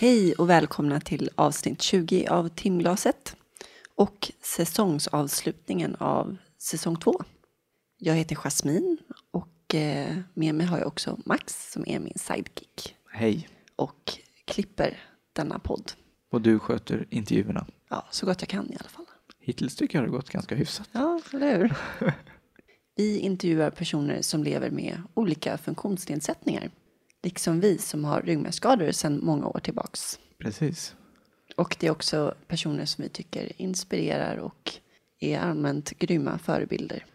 Hej och välkomna till avsnitt 20 av Timglaset och säsongsavslutningen av säsong 2. Jag heter Jasmin och med mig har jag också Max som är min sidekick. Hej. Och klipper denna podd. Och du sköter intervjuerna? Ja, så gott jag kan i alla fall. Hittills tycker jag det har gått ganska hyfsat. Ja, eller hur? Vi intervjuar personer som lever med olika funktionsnedsättningar. Liksom vi som har ryggmärgsskador sedan många år tillbaks. Precis. Och det är också personer som vi tycker inspirerar och är allmänt grymma förebilder.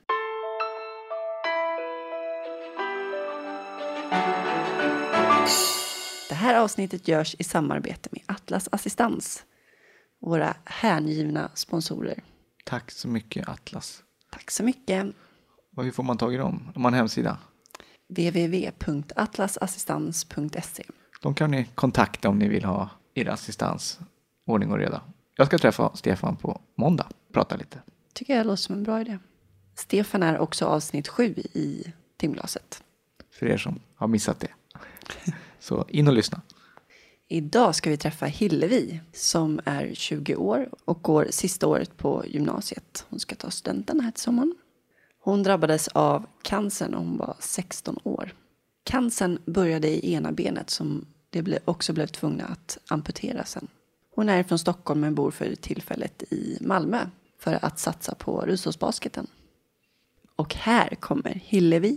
Det här avsnittet görs i samarbete med Atlas Assistans. Våra hängivna sponsorer. Tack så mycket Atlas. Tack så mycket. Och hur får man tag i dem? De har en hemsida. www.atlasassistans.se. De kan ni kontakta om ni vill ha er assistans. Ordning och reda. Jag ska träffa Stefan på måndag. Prata lite. Tycker jag låter som en bra idé. Stefan är också avsnitt 7 i Timglaset. För er som har missat det. Så in och lyssna. Idag ska vi träffa Hillevi som är 20 år och går sista året på gymnasiet. Hon ska ta studenten den här sommaren. Hon drabbades av cancer när hon var 16 år. Cancern började i ena benet som det också blev tvungna att amputera sen. Hon är från Stockholm men bor för tillfället i Malmö för att satsa på rullstolsbasketen. Och här kommer Hillevi.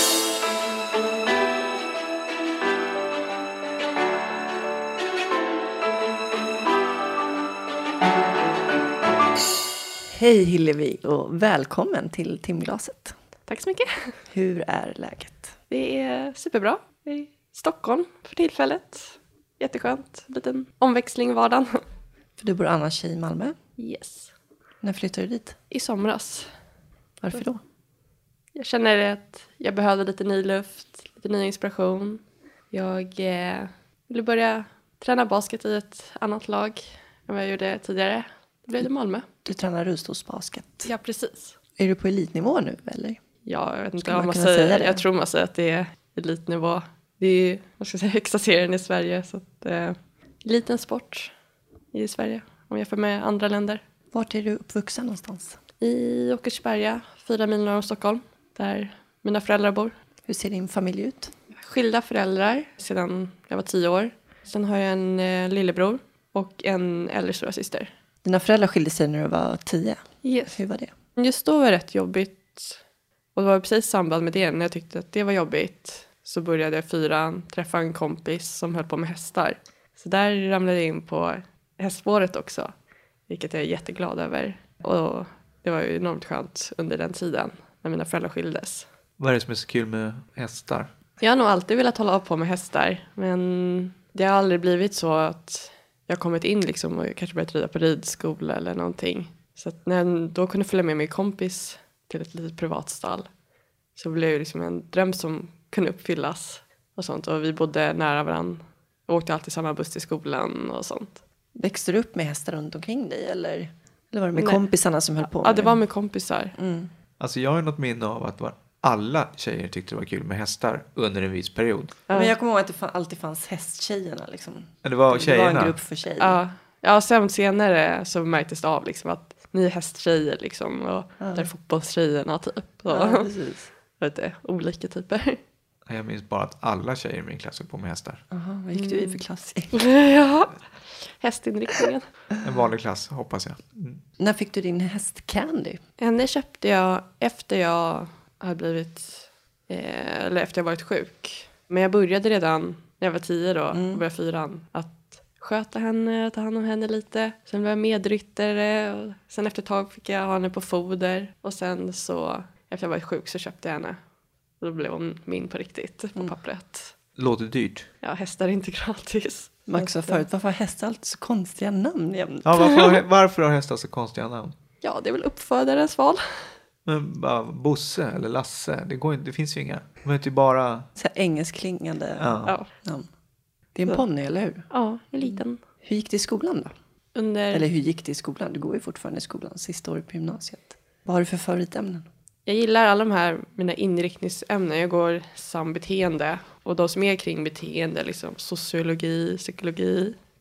Hej Hillevi och välkommen till Timglaset. Tack så mycket. Hur är läget? Det är superbra. Vi är i Stockholm för tillfället. Jätteskönt. Liten omväxling i vardagen. För du bor annars i Malmö. Yes. När flyttar du dit? I somras. Varför då? Jag känner att jag behövde lite ny luft, lite ny inspiration. Jag ville börja träna basket i ett annat lag än vad jag gjorde tidigare. Det blev det Malmö. Du tränar rullstolsbasket. Ja, precis. Är du på elitnivå nu eller? Ja, jag vet inte Skulle vad man man kunna säga säger. det? Jag tror man säger att det är elitnivå. Det är ju, vad ska jag säga, högsta serien i Sverige. Så att, liten sport i Sverige om jag jämför med andra länder. Vart är du uppvuxen någonstans? I Åkersberga, 4 mil norr om Stockholm, där mina föräldrar bor. Hur ser din familj ut? Skilda föräldrar sedan jag var 10 år. Sen har jag en lillebror och en äldre stora syster. Dina föräldrar skilde sig när du var 10. Yes. Hur var det? Just då var det rätt jobbigt. Och det var precis i samband med det. När jag tyckte att det var jobbigt så började jag 4 träffa en kompis som höll på med hästar. Så där ramlade jag in på hästspåret också. Vilket jag är jätteglad över. Och det var ju enormt skönt under den tiden när mina föräldrar skildes. Vad är det som är så kul med hästar? Jag har nog alltid velat hålla på med hästar. Men det har aldrig blivit så att jag har kommit in liksom och kanske börjat rida på ridskola eller någonting. Så att när jag då kunde följa med min kompis till ett litet privatstall så blev det liksom en dröm som kunde uppfyllas och sånt. Och vi bodde nära varandra och åkte alltid samma buss till skolan och sånt. Växte du upp med hästar runt omkring dig eller var det med Nej. kompisarna som höll på med Ja, det var med kompisar. Mm. Alltså jag har något minne av att alla tjejer tyckte det var kul med hästar under en viss period. Men jag kommer ihåg att det alltid fanns hästtjejerna liksom. Men det var tjejerna. Det var en grupp för tjejer. Ja, sen senare så märktes det av liksom att ni är hästtjejer liksom och där är fotbollstjejerna typ. Ja, precis. Lite olika typer. Jag minns bara att alla tjejer i min klass var på med hästar. Aha, vad gick du i för klass? Ja, hästinriktningen. En vanlig klass, hoppas jag. Mm. När fick du din hästcandy? Det köpte jag efter jag hade blivit, eller efter jag varit sjuk. Men jag började redan när jag var 10 då, och började 4 att sköta henne, ta hand om henne lite. Sen blev jag medryttare och sen efter ett tag fick jag ha henne på foder. Och sen så, efter jag varit sjuk så köpte jag henne. Och då blev hon min på riktigt, på pappret. Låter dyrt. Ja, hästar är inte gratis. Max sa förut, varför har hästar alltid så konstiga namn jämt? Ja, varför har hästar så konstiga namn? Ja, det är väl uppfödarens val. Men bara Bosse eller Lasse, det finns ju inga. De är ju bara... Så här engelskklingande Ja. namn. Det är en ponny, eller hur? Ja, en liten. Hur gick det i skolan då? Eller hur gick det i skolan? Du går ju fortfarande i skolan, sista året på gymnasiet. Vad har du för favoritämnen? Jag gillar alla de här mina inriktningsämnen. Jag går sambeteende och de som är kring beteende, liksom sociologi, psykologi,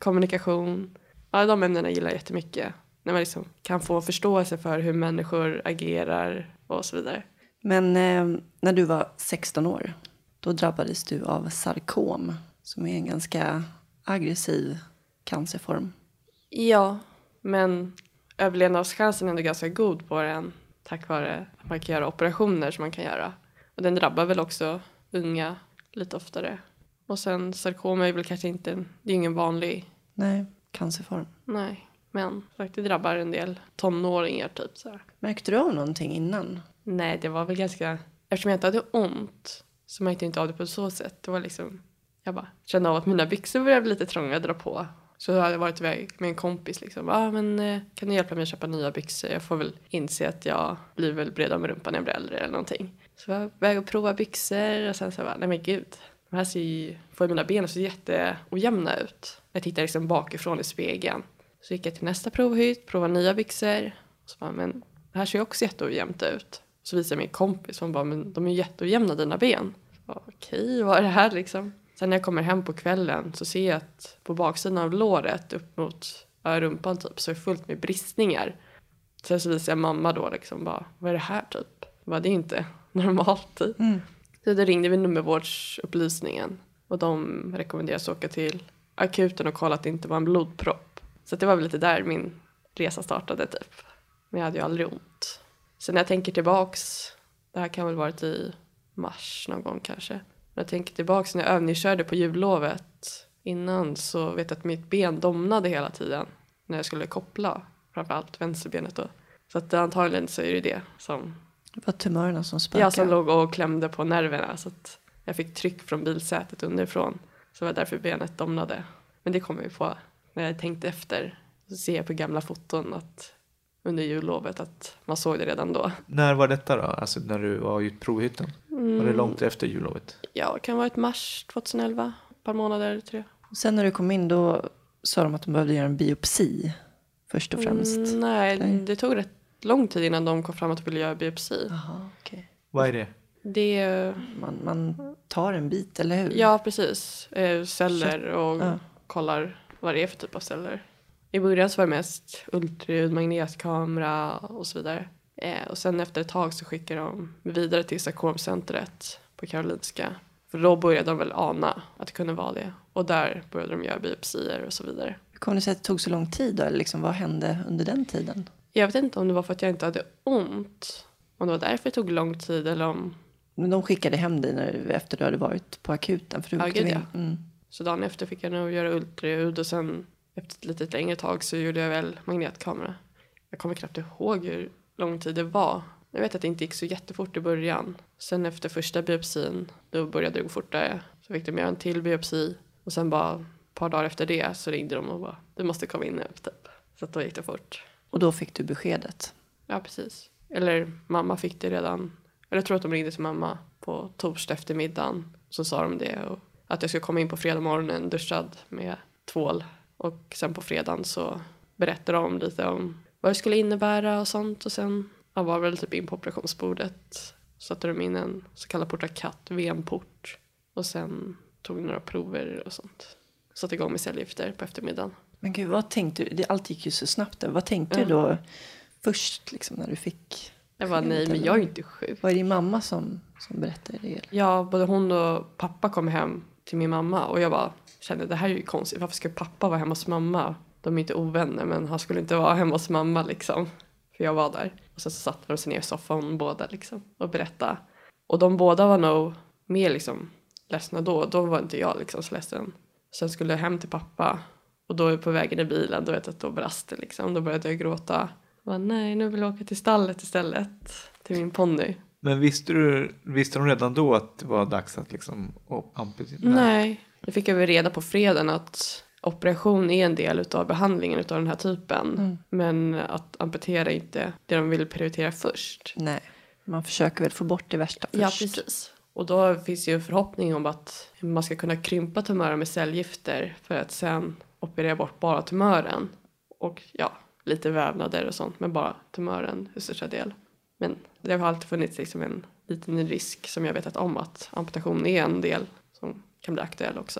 kommunikation. Ja, de ämnena gillar jag jättemycket. När man liksom kan få förståelse för hur människor agerar och så vidare. Men när du var 16 år, då drabbades du av sarkom, som är en ganska aggressiv cancerform. Ja, men överlevnadschansen är ändå ganska god på den tack vare att man kan göra operationer som man kan göra. Och den drabbar väl också unga lite oftare. Och sen sarkom är väl kanske inte, det är ingen vanlig. Nej, cancerform. Nej, men faktiskt det drabbar en del tonåringar typ så här. Märkte du av någonting innan? Nej, det var väl ganska, eftersom jag inte hade ont så märkte jag inte av det på så sätt. Det var liksom, jag bara kände av att mina byxor började bli lite trånga att dra på. Så jag hade varit iväg med en kompis liksom. Men kan du hjälpa mig att köpa nya byxor? Jag får väl inse att jag blir väl bredare med rumpan när jag blir äldre eller någonting. Så jag var iväg och prova byxor och sen så bara, nej men gud. De här får mina ben så jätteojämna ut. Jag tittar liksom bakifrån i spegeln. Så gick jag till nästa provhytt, provade nya byxor. Och så bara, men det här ser ju också jätteojämnt ut. Så visade jag min kompis, hon bara, men de är jätteojämna dina ben. Okej, vad är det här liksom? Sen när jag kommer hem på kvällen så ser jag att på baksidan av låret upp mot rumpan typ så är det fullt med bristningar. Sen så visar jag mamma då liksom bara, vad är det här typ? Det är inte normalt typ. Så då ringde vi nummervårdsupplysningen och de rekommenderade att åka till akuten och kolla att det inte var en blodpropp. Så det var väl lite där min resa startade typ. Men jag hade ju aldrig ont. Så när jag tänker tillbaks, det här kan väl varit i mars någon gång kanske. När jag tänker tillbaks när jag övningskörde på jullovet innan så vet jag att mitt ben domnade hela tiden när jag skulle koppla. Framförallt vänsterbenet då. Så att antagligen så är det som... Det var tumörerna som spökade. Jag som låg och klämde på nerverna så att jag fick tryck från bilsätet underifrån. Så var därför benet domnade. Men det kommer vi på när jag tänkte efter. Så ser jag på gamla foton att under jullovet att man såg det redan då. När var detta då? Alltså när du var i provhytten? Var det långt efter jullovet? Ja, det kan vara ett mars 2011. Ett par månader, 3. Och sen när du kom in då sa de att de behövde göra en biopsi först och främst. Nej, det tog rätt lång tid innan de kom fram att de ville göra biopsi. Jaha, okej. Vad är det? Det... Man tar en bit, eller hur? Ja, precis. Celler och kollar vad det är för typ av celler. I början så var det mest ultraljud, magnetkamera och så vidare. Och sen efter ett tag så skickade de vidare till sarkomcentret på Karolinska. För då började de väl ana att det kunde vara det. Och där började de göra biopsier och så vidare. Hur kom det sig att det tog så lång tid då? Eller liksom, vad hände under den tiden? Jag vet inte om det var för att jag inte hade ont. Om det var därför det tog lång tid eller om... Men de skickade hem dig efter du hade varit på akuten. För du åkte in. Mm. Så dagen efter fick jag nog göra ultraljud och sen efter ett lite längre tag så gjorde jag väl magnetkamera. Jag kommer knappt ihåg hur lång tid det var. Jag vet att det inte gick så jättefort i början. Sen efter första biopsin då började det gå fortare. Så fick de göra en till biopsi. Och sen bara ett par dagar efter det så ringde de och bara, du måste komma in nu typ. Så att då gick det fort. Och då fick du beskedet? Ja, precis. Eller mamma fick det redan. Eller jag tror att de ringde till mamma på torsdag eftermiddagen. Så sa de det. Och att jag skulle komma in på fredag morgonen duschad med tvål. Och sen på fredagen så berättade de lite om vad det skulle innebära och sånt. Och sen var väl typ in på operationsbordet. Satte de in en så kallad portakat, venport. Och sen tog några prover och sånt. Satte igång med cellgifter på eftermiddagen. Men gud, vad tänkte du? Allt gick ju så snabbt där. Vad tänkte du då först liksom, när du fick? Jag var nej, men jag är inte sjuk. Var det din mamma som berättade det? Eller? Ja, både hon och pappa kom hem till min mamma. Och jag bara kände, det här är ju konstigt. Varför ska pappa vara hemma hos mamma? De är inte ovänner, men han skulle inte vara hemma hos mamma liksom. För jag var där. Och sen så satt de sig ner i soffan båda liksom. Och berättade. Och de båda var nog mer liksom ledsna då. Då var inte jag liksom så ledsen. Sen skulle jag hem till pappa. Och då på vägen i bilen, då vet jag att då brast det liksom. Då började jag gråta. Jag bara, nej, nu vill jag åka till stallet istället. Till min ponny. Men visste de redan då att det var dags att liksom amputera? Nej, det fick jag väl reda på fredagen att operation är en del av behandlingen av den här typen. Mm. Men att amputera är inte det de vill prioritera först. Nej, man försöker väl få bort det värsta först. Ja, precis. Och då finns ju en förhoppning om att man ska kunna krympa tumören med cellgifter för att sen operera bort bara tumören. Och ja, lite vävnader och sånt, men bara tumören i största del. Men det har alltid funnits liksom en liten risk som jag vet om att amputation är en del som kan bli aktuell också.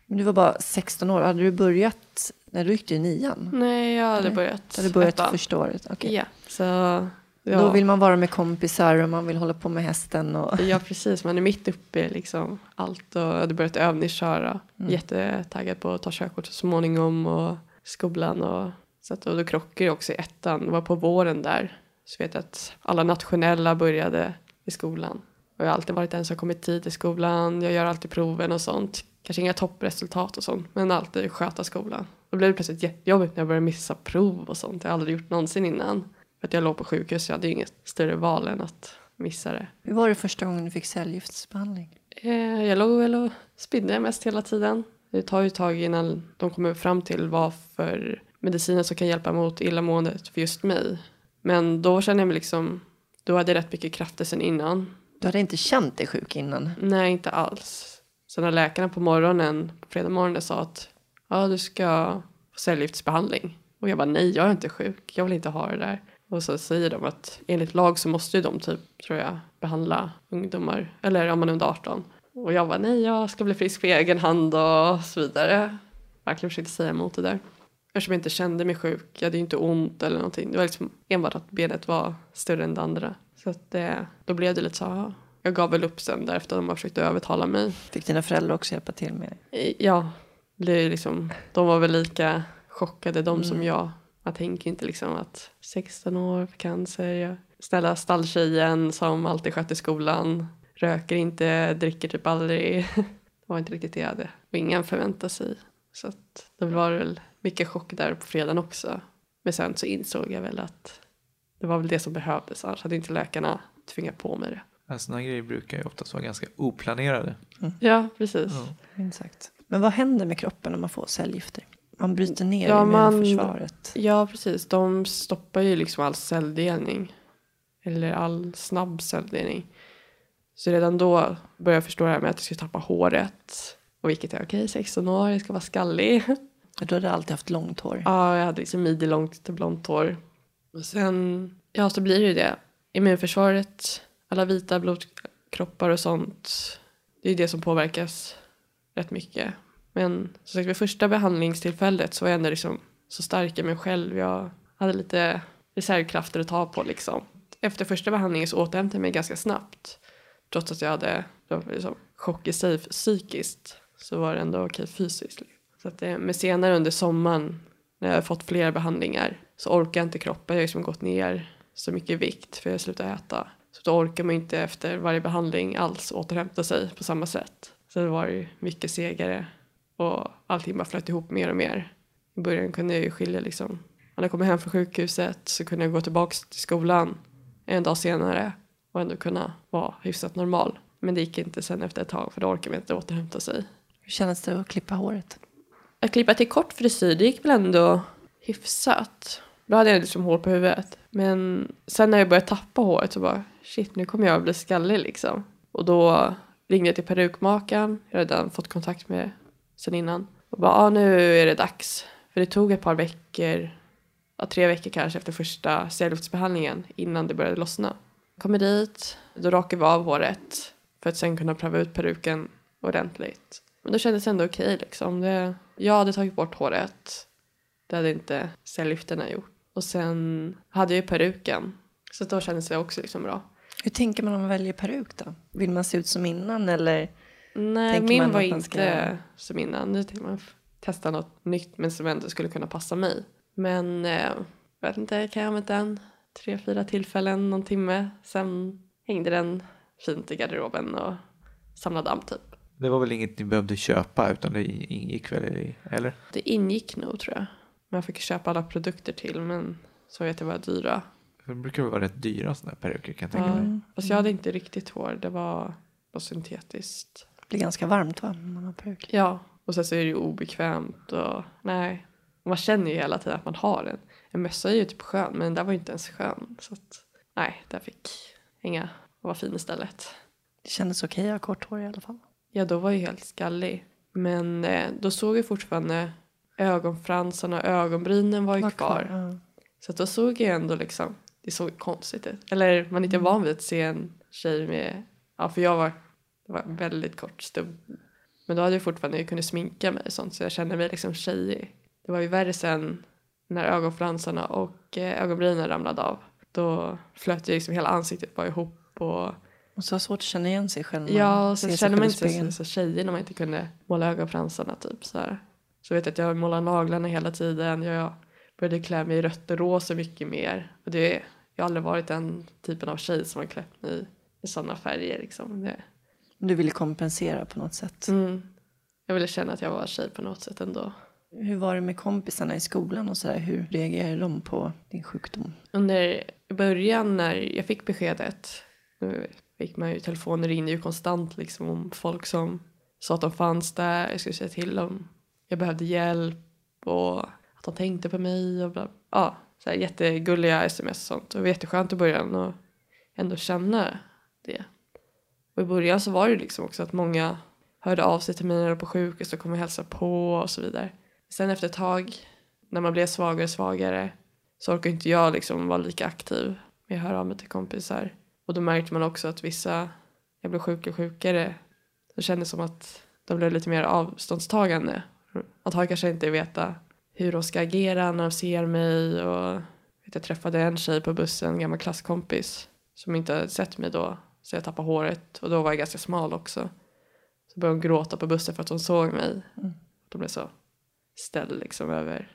Men du var bara 16 år. Hade du börjat när du gick i 9:an? Nej, jag hade börjat. Du hade börjat ettan. första året? Okay. Ja, så... Ja. Då vill man vara med kompisar och man vill hålla på med hästen. Och... Ja, precis. Man är mitt uppe i liksom allt. Och jag hade börjat övningsköra. Jättetaggad på att ta körkort så småningom. Och skolan. Och då krockade jag också i ettan. Det var på våren där. Så vet jag att alla nationella började i skolan. Och jag har alltid varit den som kommit tid till skolan. Jag gör alltid proven och sånt. Kanske inga toppresultat och sånt. Men alltid sköta skolan. Då blev det plötsligt jättejobbigt när jag började missa prov och sånt. Jag har aldrig gjort någonsin innan. För att jag låg på sjukhus så jag hade ju inget större val än att missa det. Hur var det första gången du fick cellgiftsbehandling? Jag låg väl och spydde mest hela tiden. Det tar ju ett tag innan de kommer fram till vad för mediciner som kan hjälpa mot illamåendet för just mig. Men då kände jag mig liksom, då hade jag rätt mycket krafter sen innan. Du hade inte känt dig sjuk innan? Nej, inte alls. Så när läkarna på morgonen, på fredag morgonen sa att ja, du ska få cellgiftsbehandling. Och jag bara nej, jag är inte sjuk. Jag vill inte ha det där. Och så säger de att enligt lag så måste ju de typ, tror jag, behandla ungdomar. Eller om man är under 18. Och jag var nej, jag ska bli frisk på egen hand och så vidare. Verkligen försökte säga emot det där. Eftersom jag inte kände mig sjuk. Jag hade ju inte ont eller någonting. Det var liksom enbart att benet var större än det andra. Så att då blev det lite så. Jag gav väl upp sen därefter de har försökt övertala mig. Fick dina föräldrar också hjälpa till med det? Ja, det är liksom, de var väl lika chockade de som jag. Jag tänker inte liksom att 16 år för cancer. Snälla stalltjejen som alltid sköter skolan. Röker inte, dricker typ aldrig. Det var inte riktigt det jag hade. Och ingen förväntade sig. Så att det var väl mycket chock där på fredagen också. Men sen så insåg jag väl att det var väl det som behövdes. Annars hade inte läkarna tvingat på mig det. Sådana grejer brukar ju oftast vara ganska oplanerade. Ja, precis. Exakt. Men vad händer med kroppen när man får cellgifter? Man bryter ner immunförsvaret. Ja, precis. De stoppar ju liksom all celldelning. Eller all snabb celldelning. Så redan då började jag förstå det här med att jag skulle tappa håret. Och vilket är okej, 16 år, jag ska vara skallig. Du hade alltid haft långt hår. Ja, jag hade liksom midjelångt till blont hår. Och sen, ja så blir det ju det. Immunförsvaret, alla vita blodkroppar och sånt. Det är ju det som påverkas rätt mycket. Men som sagt, vid första behandlingstillfället så var jag ändå liksom så stark i mig själv. Jag hade lite reservkrafter att ta på liksom. Efter första behandlingen så återhämtade jag mig ganska snabbt. Trots att jag hade liksom, chock i sig psykiskt så var det ändå okej fysiskt. Så att men senare under sommaren när jag har fått fler behandlingar så orkar inte kroppen. Jag har liksom gått ner så mycket vikt för jag slutade äta. Så då orkar man inte efter varje behandling alls återhämta sig på samma sätt. Så det var ju mycket segare och allting bara flöt ihop mer och mer. I början kunde jag ju skilja liksom. När jag kom hem från sjukhuset så kunde jag gå tillbaka till skolan en dag senare och ändå kunna vara hyfsat normal. Men det gick inte sen efter ett tag för då orkade man inte återhämta sig. Hur kändes det att klippa håret? Att klippa till kort frisyr, det gick väl ändå hyfsat. Då hade jag liksom hår på huvudet. Men sen när jag började tappa håret så bara, shit, nu kommer jag att bli skallig liksom. Och då ringde jag till perukmakaren. Jag hade redan fått kontakt med sen innan. Och bara, nu är det dags. För det tog ett par veckor, 3 veckor kanske efter första cellgiftsbehandlingen innan det började lossna. Kommer dit, då rakade vi av håret för att sen kunna pröva ut peruken ordentligt. Men då kändes det ändå okej liksom. Jag hade tagit bort håret. Det hade inte cellgifterna gjort. Och sen hade jag ju peruken. Så då kändes det också liksom bra. Hur tänker man om man väljer peruk då? Vill man se ut som innan eller? Nej, min var inte som innan. Nu tänkte man testa något nytt men som ändå skulle kunna passa mig. Men jag vet inte, kan jag använda den 3-4 tillfällen, någon timme. Sen hängde den fint i garderoben och samlade damm typ. Det var väl inget ni behövde köpa utan det ingick väl i, eller? Det ingick nog tror jag. Men jag fick köpa alla produkter till men så vet jag var dyra. Det brukar vara rätt dyra sådana här peruker kan jag tänka mig. Fast jag hade inte riktigt hår, det var syntetiskt. Det blir ganska varmt va, när man har peruk. Ja, och sen så är det ju obekvämt och nej. Man känner ju hela tiden att man har den. En mössa är ju typ skön men den där var ju inte ens skön. Så att, nej, där fick hänga och vara fin istället. Det kändes okej att ha kort hår i alla fall. Ja, då var jag helt skallig. Men då såg jag fortfarande ögonfransarna och ögonbrynen var ju kvar. Ja. Så att då såg jag ändå liksom, det såg konstigt ut. Eller man är inte van vid att se en tjej med, ja för det var väldigt kort stubb. Men då hade jag fortfarande kunnat sminka mig och sånt. Så jag kände mig liksom tjejig. Det var ju värre sen när ögonfransarna och ögonbrynen ramlade av. Då flöt ju liksom hela ansiktet bara ihop. Och så svårt att känna igen sig själv. Ja, och så känner man inte så tjejig när man inte kunde måla ögonfransarna typ så här. Så vet jag att jag målar naglarna hela tiden. Jag började klä mig i rött och rosa mycket mer. Och jag har aldrig varit den typen av tjej som har klätt mig i sådana färger liksom. Du ville kompensera på något sätt. Jag ville känna att jag var tjej på något sätt ändå. Hur var det med kompisarna i skolan och sådär? Hur reagerade de på din sjukdom? Under början när jag fick beskedet, nu fick man ju telefoner in ju konstant liksom om folk som sa att de fanns där. Jag skulle säga till om jag behövde hjälp och att de tänkte på mig och bla. Ja, så här jättegulliga sms och sånt. Och det var jätteskönt i början att ändå känna det. Och i början så var det liksom också att många hörde av sig till mig när jag var på sjukhus och kom och hälsa på och så vidare. Sen efter ett tag, när man blev svagare och svagare, så orkade inte jag liksom vara lika aktiv med att höra av mig till kompisar. Och då märkte man också att jag blev sjukare. Det kändes som att de blev lite mer avståndstagande. Att ha kanske inte veta hur de ska agera när de ser mig. Och jag träffade en tjej på bussen, en gammal klasskompis, som inte hade sett mig då. Så jag tappade håret och då var jag ganska smal också. Så började hon gråta på bussen för att hon såg mig. De blev så ställd liksom över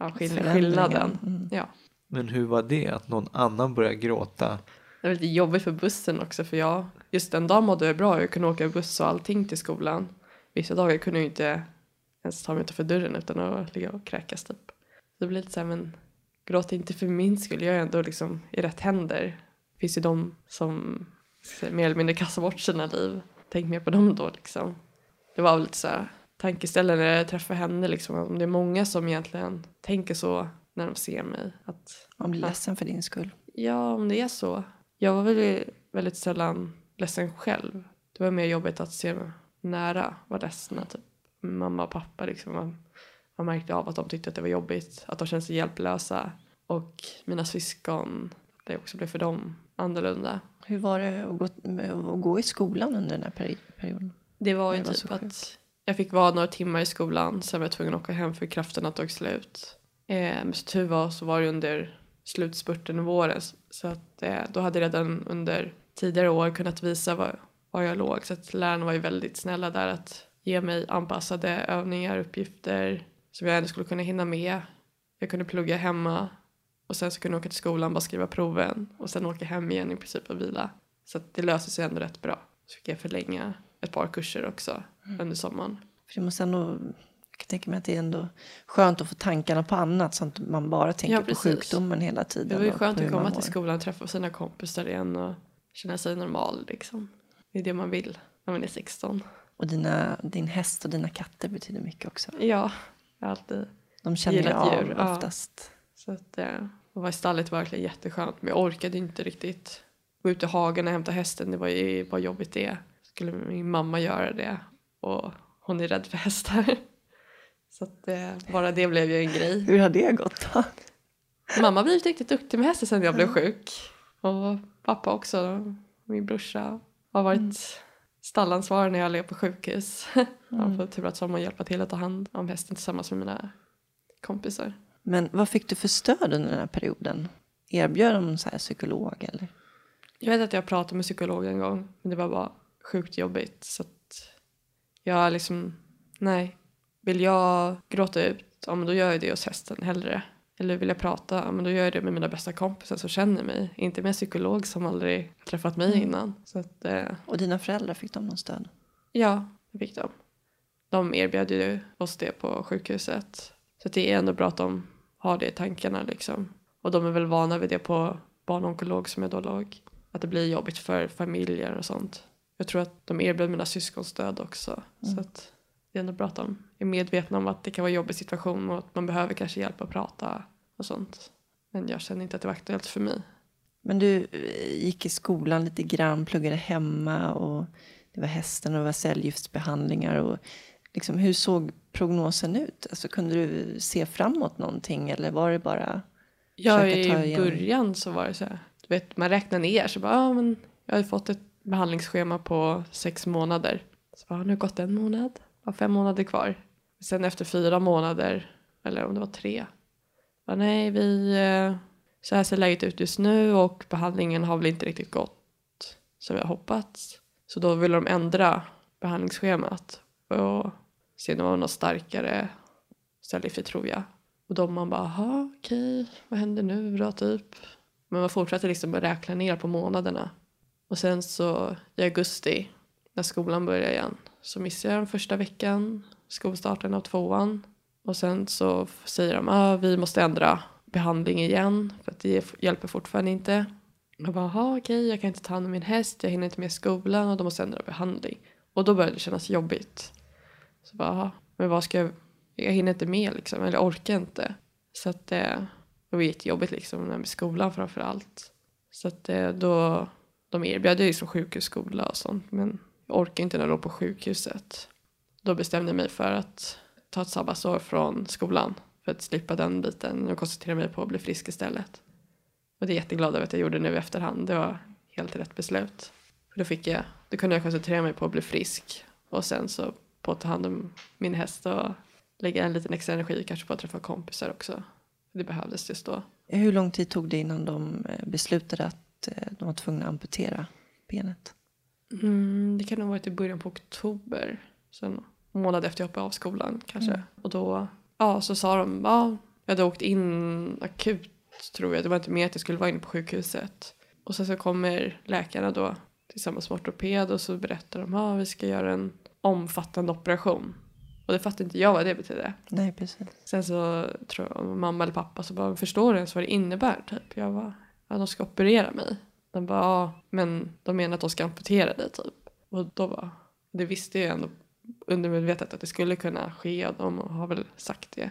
skillnaden. Ja. Men hur var det att någon annan började gråta? Det var lite jobbigt för bussen också, för just den dagen mådde jag bra. Jag kunde åka buss och allting till skolan. Vissa dagar kunde jag inte ens ta mig utanför dörren utan att ligga och kräkas typ. Så det blev lite så här, men gråt inte för min skull. Jag är ändå liksom i rätt händer. Det finns ju de som mer eller mindre kastar bort sina liv. Tänk mer på dem då liksom. Det var väl lite så här tankeställande när jag träffade henne liksom. Om det är många som egentligen tänker så när de ser mig. Att man blir ledsen för din skull. Ja, om det är så. Jag var väl väldigt sällan ledsen själv. Det var mer jobbigt att se mig nära var ledsna. Typ. Mamma och pappa liksom. Man märkte av att de tyckte att det var jobbigt. Att de kände sig hjälplösa. Och mina syskon, det också blev för dem annorlunda. Hur var det att gå i skolan under den här perioden? Det var ju typ att jag fick vara några timmar i skolan. Sen var jag tvungen att åka hem för kraften att tog slut. Men så tur var så var det under slutspurten i våren. Så att då hade jag redan under tidigare år kunnat visa var jag låg. Så att lärarna var ju väldigt snälla där att ge mig anpassade övningar, uppgifter som jag ändå skulle kunna hinna med. Jag kunde plugga hemma och sen så kunde jag åka till skolan, bara skriva proven och sen åka hem igen i princip och vila. Så att det löste sig ändå rätt bra. Så fick jag förlänga ett par kurser också under sommaren. För det måste ändå, jag kan tänka mig att det är ändå skönt att få tankarna på annat så att man bara tänker på sjukdomen hela tiden. Det var ju skönt att komma till skolan och träffa sina kompisar igen och känna sig normal liksom. Det är det man vill när man är 16. Och din häst och dina katter betyder mycket också. Ja, jag har alltid de känner gillat av djur oftast. Ja. Så att att vara i stallet var verkligen jätteskönt. Men jag orkade inte riktigt gå ut i hagen och hämta hästen. Det var ju bara jobbigt det. Skulle min mamma göra det. Och hon är rädd för hästar. Så att bara det blev ju en grej. Hur har det gått då? Mamma blev riktigt duktig med hästen sen jag blev sjuk. Och pappa också. Min brorsa har varit stallansvarig när jag levde på sjukhus. Jag får tur att sommar hjälpa till att ta hand om hästen tillsammans med mina kompisar. Men vad fick du för stöd under den här perioden? Erbjöd de så här psykolog eller? Jag vet att jag pratade med psykolog en gång. Men det var bara sjukt jobbigt. Så att jag liksom, nej. Vill jag gråta ut, ja men då gör jag det hos hästen hellre. Eller vill jag prata, ja men då gör jag det med mina bästa kompisar som känner mig. Inte med en psykolog som aldrig har träffat mig innan. Så att, och dina föräldrar, fick de någon stöd? Ja, det fick de. De erbjöd ju oss det på sjukhuset. Så det är ändå bra att de har det i tankarna liksom. Och de är väl vana vid det på barnonkolog som jag då låg. Att det blir jobbigt för familjer och sånt. Jag tror att de erbjöd mina syskonstöd också. Så att det är ändå bra att de är medvetna om att det kan vara en jobbig situation och att man behöver kanske hjälp att prata och sånt. Men jag känner inte att det var aktuellt för mig. Men du gick i skolan lite grann, pluggade hemma och det var hästen och det var cellgiftsbehandlingar. Och liksom, hur såg prognosen ut? Alltså, kunde du se framåt någonting eller var det bara... Ja, i början så var det så här. Du vet, man räknar ner så bara, men jag har fått ett behandlingsschema på 6 månader. Så bara, nu har det gått 1 månad. har 5 månader kvar. Sen efter 4 månader, eller om det var 3. Bara, nej, så här ser läget ut just nu och behandlingen har väl inte riktigt gått som jag hoppats. Så då ville de ändra behandlingsschemat och se om det var något starkare cellgifter, tror jag. Och då man bara, okej, vad händer nu då typ? Men man fortsatte liksom att räkna ner på månaderna. Och sen så i augusti, när skolan börjar igen, så missade jag den första veckan, skolstarten av 2:an. Och sen så säger de, vi måste ändra behandling igen, för att det hjälper fortfarande inte. Jag bara, okej, jag kan inte ta hand om min häst, jag hinner inte med skolan och de måste ändra behandling. Och då började det kännas jobbigt. Så bara, men vad ska jag hinner inte med liksom, eller orkar inte. Så att det var jättejobbigt liksom med skolan framför allt. Så att då de erbjöd ju liksom sjukhusskola och sånt, men jag orkar inte när jag låg på sjukhuset. Då bestämde jag mig för att ta ett sabbatsår från skolan för att slippa den biten och koncentrera mig på att bli frisk istället. Och det är jätteglad över att jag gjorde nu i efterhand. Det var helt rätt beslut. För då kunde jag koncentrera mig på att bli frisk och sen så på att ta hand om min häst och lägga en liten extra energi kanske på att träffa kompisar också. Det behövdes just då. Hur lång tid tog det innan de beslutade att de var tvungna att amputera benet? Det kan ha varit i början på oktober. Sen en månad efter jag hoppade av skolan kanske. Och då så sa de, jag hade åkt in akut tror jag. Det var inte mer att jag skulle vara inne på sjukhuset. Och sen så kommer läkarna då tillsammans med ortoped och så berättar de, vi ska göra en omfattande operation. Och det fattade inte jag vad det betydde. Nej, precis. Sen så tror jag mamma eller pappa så bara, förstår du ens vad det innebär? Typ. Jag bara, de ska operera mig. De bara, men de menar att de ska amputera dig typ. Och då bara, det visste jag ändå undermedvetet att det skulle kunna ske. Och de har väl sagt det.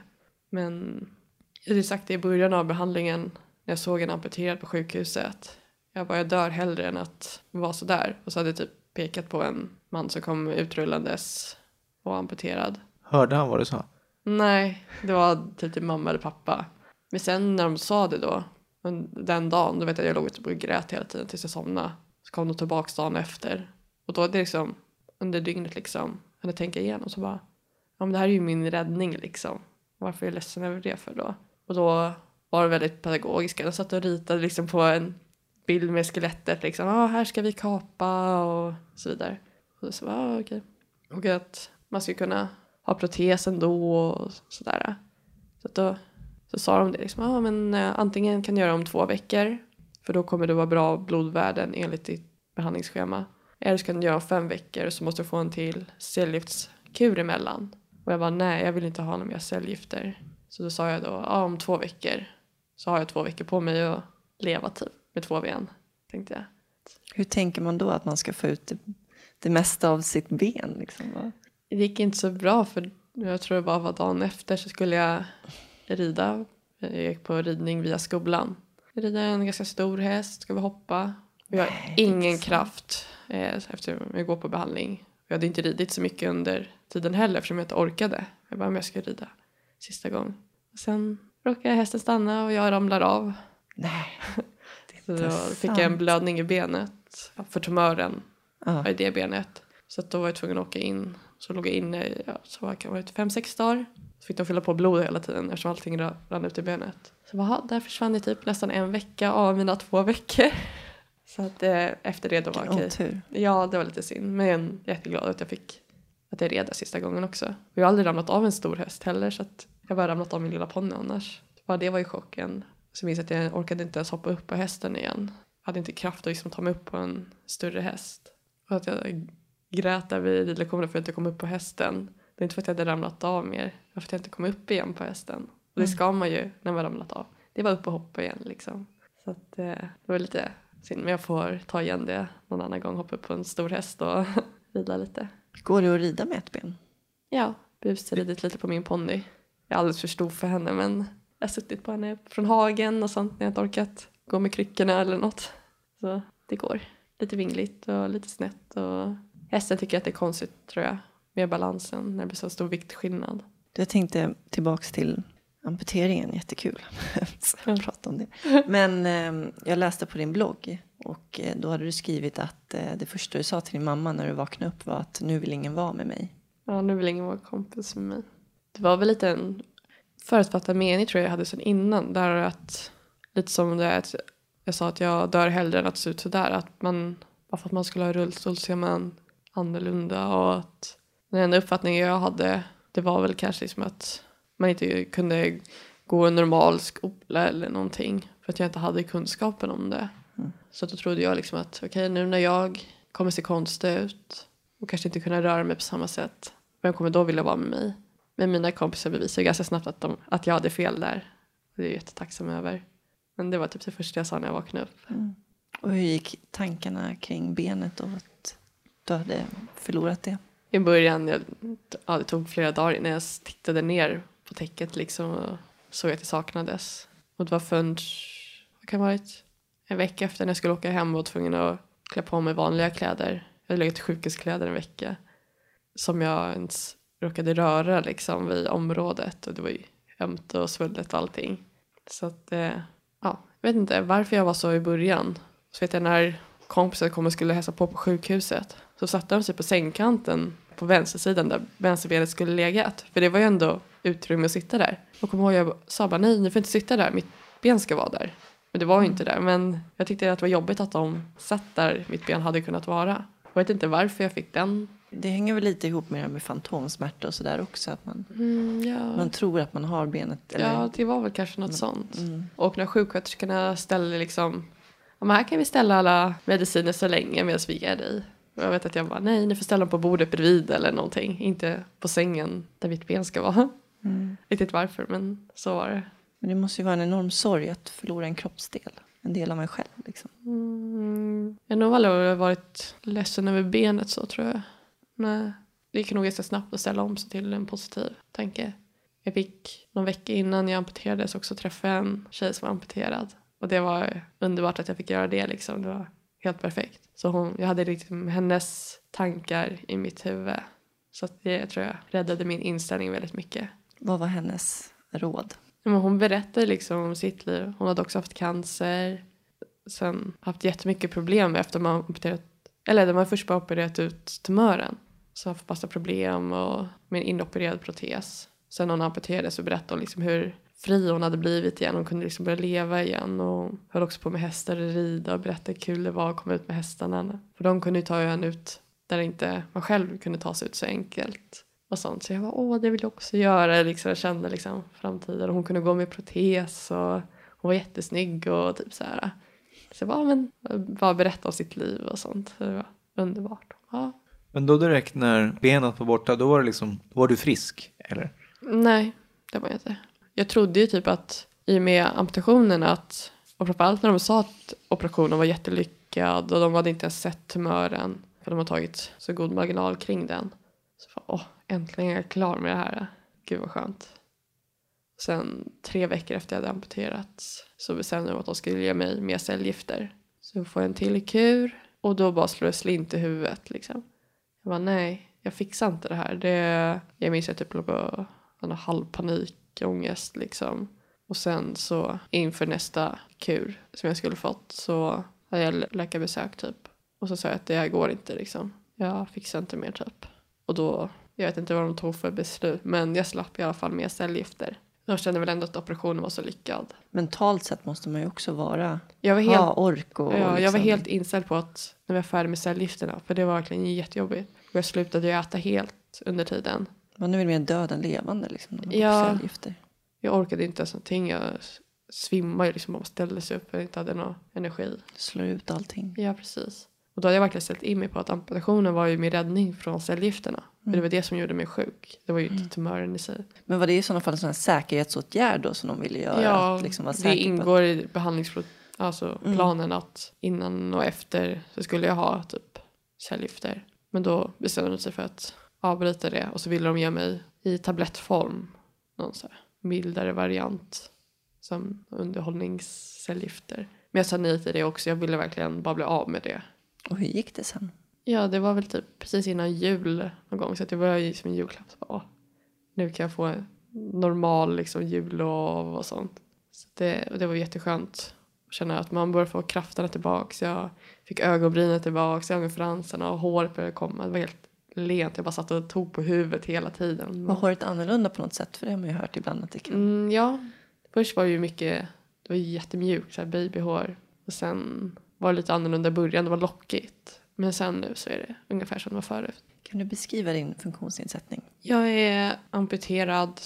Men jag hade sagt det i början av behandlingen när jag såg en amputerad på sjukhuset. Jag dör hellre än att vara så där. Och så hade jag typ pekat på en man som kom utrullandes och amputerad. Hörde han vad du sa? Nej, det var typ till mamma eller pappa. Men sen när de sa det då, den dagen, då vet jag att jag låg och grät hela tiden tills jag somnade. Så kom de tillbaka dagen efter. Och då är det liksom, under dygnet liksom, hade jag tänka igenom så bara, men det här är ju min räddning liksom. Varför är jag ledsen över det för då? Och då var det väldigt pedagogiska. De satt och ritade liksom på en bild med skelettet liksom. Här ska vi kapa och så vidare. Och så okej. Och att man skulle kunna ha protesen då och sådär. Så då sa de det liksom, men antingen kan du göra om 2 veckor. För då kommer det vara bra blodvärden enligt ditt behandlingsschema. Eller så kan du göra om 5 veckor så måste du få en till cellgiftskur emellan. Och jag bara, nej, jag vill inte ha några mer cellgifter. Så då sa jag då, om 2 veckor så har jag 2 veckor på mig att leva typ med 2 ben, tänkte jag. Hur tänker man då att man ska få ut det mesta av sitt ben? Liksom, va? Det gick inte så bra för jag tror det bara var dagen efter så skulle jag rida. Jag gick på ridning via skolan. Jag rider en ganska stor häst, ska vi hoppa. Och jag har ingen kraft efter jag går på behandling. Jag hade inte ridit så mycket under tiden heller eftersom jag inte orkade. Jag bara, men jag ska rida sista gång. Och sen råkade hästen stanna och jag ramlar av. Nej, så då fick jag en blödning i benet. För tumören i det benet. Så att då var jag tvungen att åka in. Så låg jag inne i 5-6 dagar. Så fick de fylla på blod hela tiden eftersom allting rann ut i benet. Så där försvann det typ nästan 1 vecka av mina 2 veckor. Så att efter det då var okej. Ja, det var lite synd. Men jag är jätteglad att jag red sista gången också. Och jag har aldrig ramlat av en stor häst heller. Så att jag bara ramlat av min lilla ponny annars. Det var ju chocken. Så minns jag att jag orkade inte ens hoppa upp på hästen igen. Jag hade inte kraft att liksom ta mig upp på en större häst. Och att jag grät där vid ridlektionen för att jag inte kom upp på hästen. Det är inte för att jag hade ramlat av mer. Det var för att jag inte kom upp igen på hästen. Och det ska man ju när man ramlat av. Det var upp och hoppa igen liksom. Så att det var lite synd. Men jag får ta igen det någon annan gång. Hoppa upp på en stor häst och rida lite. Går det att rida med ett ben? Ja, busade ridit lite på min ponny. Jag är alldeles för stor för henne men jag har suttit på henne från hagen och sånt när jag inte orkat gå med kryckorna eller något. Så det går. Lite vingligt och lite snett. Och hästen tycker att det är konstigt tror jag. Med balansen när det blir så stor viktskillnad. Jag tänkte tillbaka till amputeringen. Jättekul att prata om det. Men jag läste på din blogg. Och då hade du skrivit att det första du sa till din mamma när du vaknade upp var att nu vill ingen vara med mig. Ja, nu vill ingen vara kompis med mig. Det var väl lite en förutfattad mening tror jag hade sedan innan. Där att, lite som det är att jag sa att jag dör hellre än att se ut sådär. Att man, bara för att man skulle ha rullstol så är man annorlunda. Och att den enda uppfattningen jag hade, det var väl kanske liksom att man inte kunde gå en normal skola eller någonting. För att jag inte hade kunskapen om det. Så då trodde jag liksom att okej, nu när jag kommer se konstig ut och kanske inte kunna röra mig på samma sätt, vem kommer då vilja vara med mig? Men mina kompisar bevisade ganska snabbt att jag hade fel där. Och det är jag jättetacksam över. Men det var typ det första jag sa när jag vaknade upp. Och hur gick tankarna kring benet och att du hade förlorat det? I början, det tog flera dagar innan jag tittade ner på täcket liksom och såg att det saknades. Och det var vad kan det ha varit? En vecka efter när jag skulle åka hem och var tvungen att klä på mig vanliga kläder. Jag hade legat i sjukhuskläder en vecka. Som jag ens råkade röra liksom vid området. Och det var ju ömt och svullet och allting. Så att, jag vet inte varför jag var så i början. Så vet jag när kompisen kom och skulle hälsa på sjukhuset. Så satte de sig på sängkanten på vänstersidan där vänsterbenet skulle legat. För det var ju ändå utrymme att sitta där. Och kom ihåg, jag sa bara nej, ni får inte sitta där. Mitt ben ska vara där. Men det var ju inte där. Men jag tyckte att det var jobbigt att de satt där mitt ben hade kunnat vara. Jag vet inte varför jag fick den. Det hänger väl lite ihop med det här med fantomsmärta och sådär också. Att man tror att man har benet. Eller? Ja, det var väl kanske något sånt. Och när sjuksköterskorna ställde liksom, ja, men här kan vi ställa alla mediciner så länge medan vi ger dig. Och jag vet att jag bara, nej, ni får ställa dem på bordet bredvid eller någonting. Inte på sängen där mitt ben ska vara. Riktigt varför, men så var det. Men det måste ju vara en enorm sorg att förlora en kroppsdel. En del av en själv liksom. Jag har nog aldrig varit ledsen över benet så tror jag. Nej, det gick nog ganska snabbt att ställa om sig till en positiv tanke. Jag fick någon vecka innan jag amputerades också träffa en tjej som var amputerad. Och det var underbart att jag fick göra det liksom. Det var helt perfekt. Så jag hade liksom hennes tankar i mitt huvud. Så att det tror jag räddade min inställning väldigt mycket. Vad var hennes råd? Men hon berättade liksom om sitt liv. Hon hade också haft cancer. Sen haft jättemycket med efter man amputerat. Eller de har först bara opererat ut tumören. Så har haft massa problem och med en inopererad protes. Sen hon amputerades så berättade hon liksom hur fri hon hade blivit igen. Hon kunde liksom börja leva igen. Och höll också på med hästar och rida. Och berättade hur kul det var att komma ut med hästarna. För de kunde ju ta en ut där inte man själv kunde ta sig ut så enkelt. Och sånt. Så jag var, det vill jag också göra. Liksom, jag kände liksom framtiden. Och hon kunde gå med protes. Och hon var jättesnygg och typ så här. Så jag bara berätta om sitt liv och sånt. Det var underbart. Ja. Men då direkt när benet var borta, då var du frisk, eller? Nej, det var jag inte. Jag trodde ju typ att i och med amputationen och framförallt när de sa att operationen var jättelyckad och de hade inte ens sett tumören för de har tagit så god marginal kring den. Så äntligen är jag klar med det här. Gud vad skönt. Sen 3 veckor efter jag hade amputerats så bestämde de att de skulle ge mig mer cellgifter. Så får jag en till kur och då bara slår det slint i huvudet liksom. Jag bara nej, jag fixar inte det här. Jag minns att jag typ låg på en halv panikångest liksom. Och sen så inför nästa kur som jag skulle fått så hade jag läkarbesök typ. Och så sa jag att det här går inte liksom. Jag fixar inte mer typ. Och då, jag vet inte vad de tog för beslut. Men jag slapp i alla fall mer cellgifter. Jag kände väl ändå att operationen var så lyckad. Mentalt sett måste man ju också ha ork och ja, liksom. Jag var helt inställd på att när vi var färdiga med cellgifterna. För det var verkligen jättejobbigt. Och jag slutade ju äta helt under tiden. Man är väl mer död än levande liksom. Ja, cellgifter. Jag orkade inte ens någonting. Jag svimmade ju liksom och ställde sig upp och inte hade någon energi. Slår ut allting. Ja, precis. Och då hade jag verkligen ställt in mig på att amputationen var ju min räddning från cellgifterna. För det var det som gjorde mig sjuk. Det var ju inte tumören i sig. Men var det i sådana fall en sån här säkerhetsåtgärd då som de ville göra? Ja, att liksom vara det ingår i planen att innan och efter så skulle jag ha typ cellgifter. Men då bestämde de sig för att avbryta det. Och så ville de ge mig i tablettform någon så här mildare variant som underhållningscellgifter. Men jag sa nej till det också. Jag ville verkligen bara bli av med det. Och hur gick det sen? Ja, det var väl typ precis innan jul någon gång. Så att det var ju som en julklapp. Så nu kan jag få en normal liksom, jullov och sånt. Så det var jätteskönt att känna att man började få krafterna tillbaka. Jag fick ögonbrynen tillbaka, ögonfransarna och håret började komma. Det var helt lent. Jag bara satt och tog på huvudet hela tiden. Var håret annorlunda på något sätt? För det har man ju hört ibland att det kan. Ja, först var det ju mycket, det var ju jättemjukt, så här babyhår. Och sen var det lite annorlunda i början, det var lockigt. Men sen nu så är det ungefär som det var förut. Kan du beskriva din funktionsnedsättning? Jag är amputerad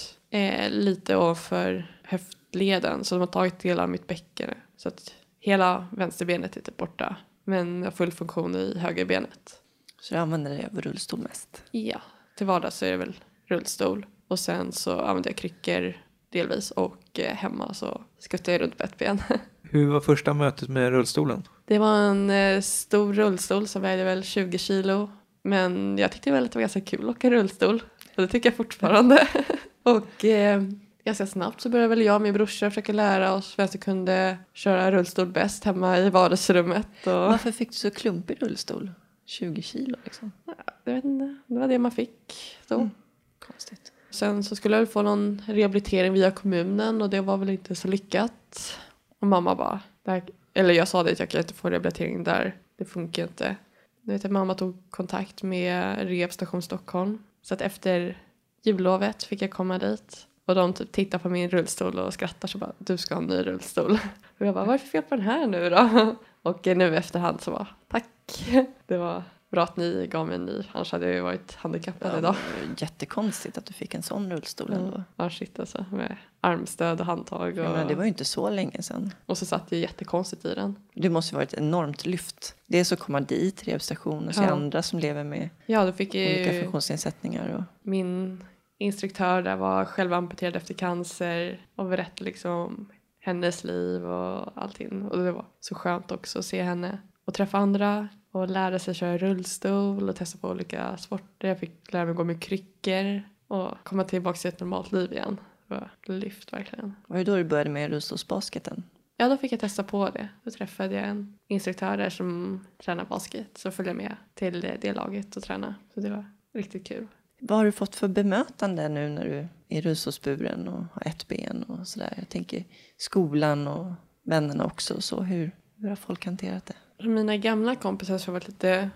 lite ovanför höftleden. Så de har tagit delar av mitt bäcken. Så att hela vänsterbenet är typ borta. Men jag har full funktion i högerbenet. Så du använder dig av rullstol mest? Ja, till vardags så är det väl rullstol. Och sen så använder jag kryckor delvis. Och hemma så skuttar jag runt på ett ben. Hur var första mötet med rullstolen? Det var en stor rullstol som vägde väl 20 kilo. Men jag tyckte väl att det var ganska kul att åka rullstol. Och det tycker jag fortfarande. Och ganska snabbt så började väl jag och min brorsa försöka lära oss vem som kunde köra rullstol bäst hemma i vardagsrummet. Och Varför fick du så klumpig rullstol? 20 kilo liksom. jag vet inte, det var det man fick då. Konstigt. Sen så skulle jag väl få någon rehabilitering via kommunen. Och det var väl inte så lyckat. Och mamma bara, eller jag sa det att jag kan inte få rehabilitering där. Det funkar inte. Jag vet att mamma tog kontakt med Rehabilitation Stockholm. Så att efter jullovet fick jag komma dit. Och de typ tittar på min rullstol och skrattar så bara, du ska ha en ny rullstol. Och jag bara, vad är det för fel på den här nu då? Och nu efterhand så bara, tack. Det var bra att ni gav mig en ny. Annars hade jag ju varit handikappad idag. Det var jättekonstigt att du fick en sån rullstol ändå. Ja, shit alltså. Med armstöd och handtag. Och, Men det var ju inte så länge sedan. och så satt jag jättekonstigt i den. Det måste ju varit ett enormt lyft. Det är så att komma dit, rehabilitation och se andra som lever med Ja, då fick jag olika ju funktionsnedsättningar. Och min instruktör där var själv amputerad efter cancer och berättade liksom om hennes liv och allting. Och det var så skönt också att se henne och träffa andra och lära sig köra rullstol och testa på olika sporter. Jag fick lära mig gå med kryckor och komma tillbaka till ett normalt liv igen. Det var lyft verkligen. var det då du började med rullstolsbasketen? Ja, då fick jag testa på det. Då träffade jag en instruktör där som tränar basket. Så följde jag med till det laget och träna. Så det var riktigt kul. Vad har du fått för bemötande nu när du är rullstolsburen och har ett ben och sådär? Jag tänker skolan och vännerna också. Så hur har folk hanterat det? Mina gamla kompisar har varit lite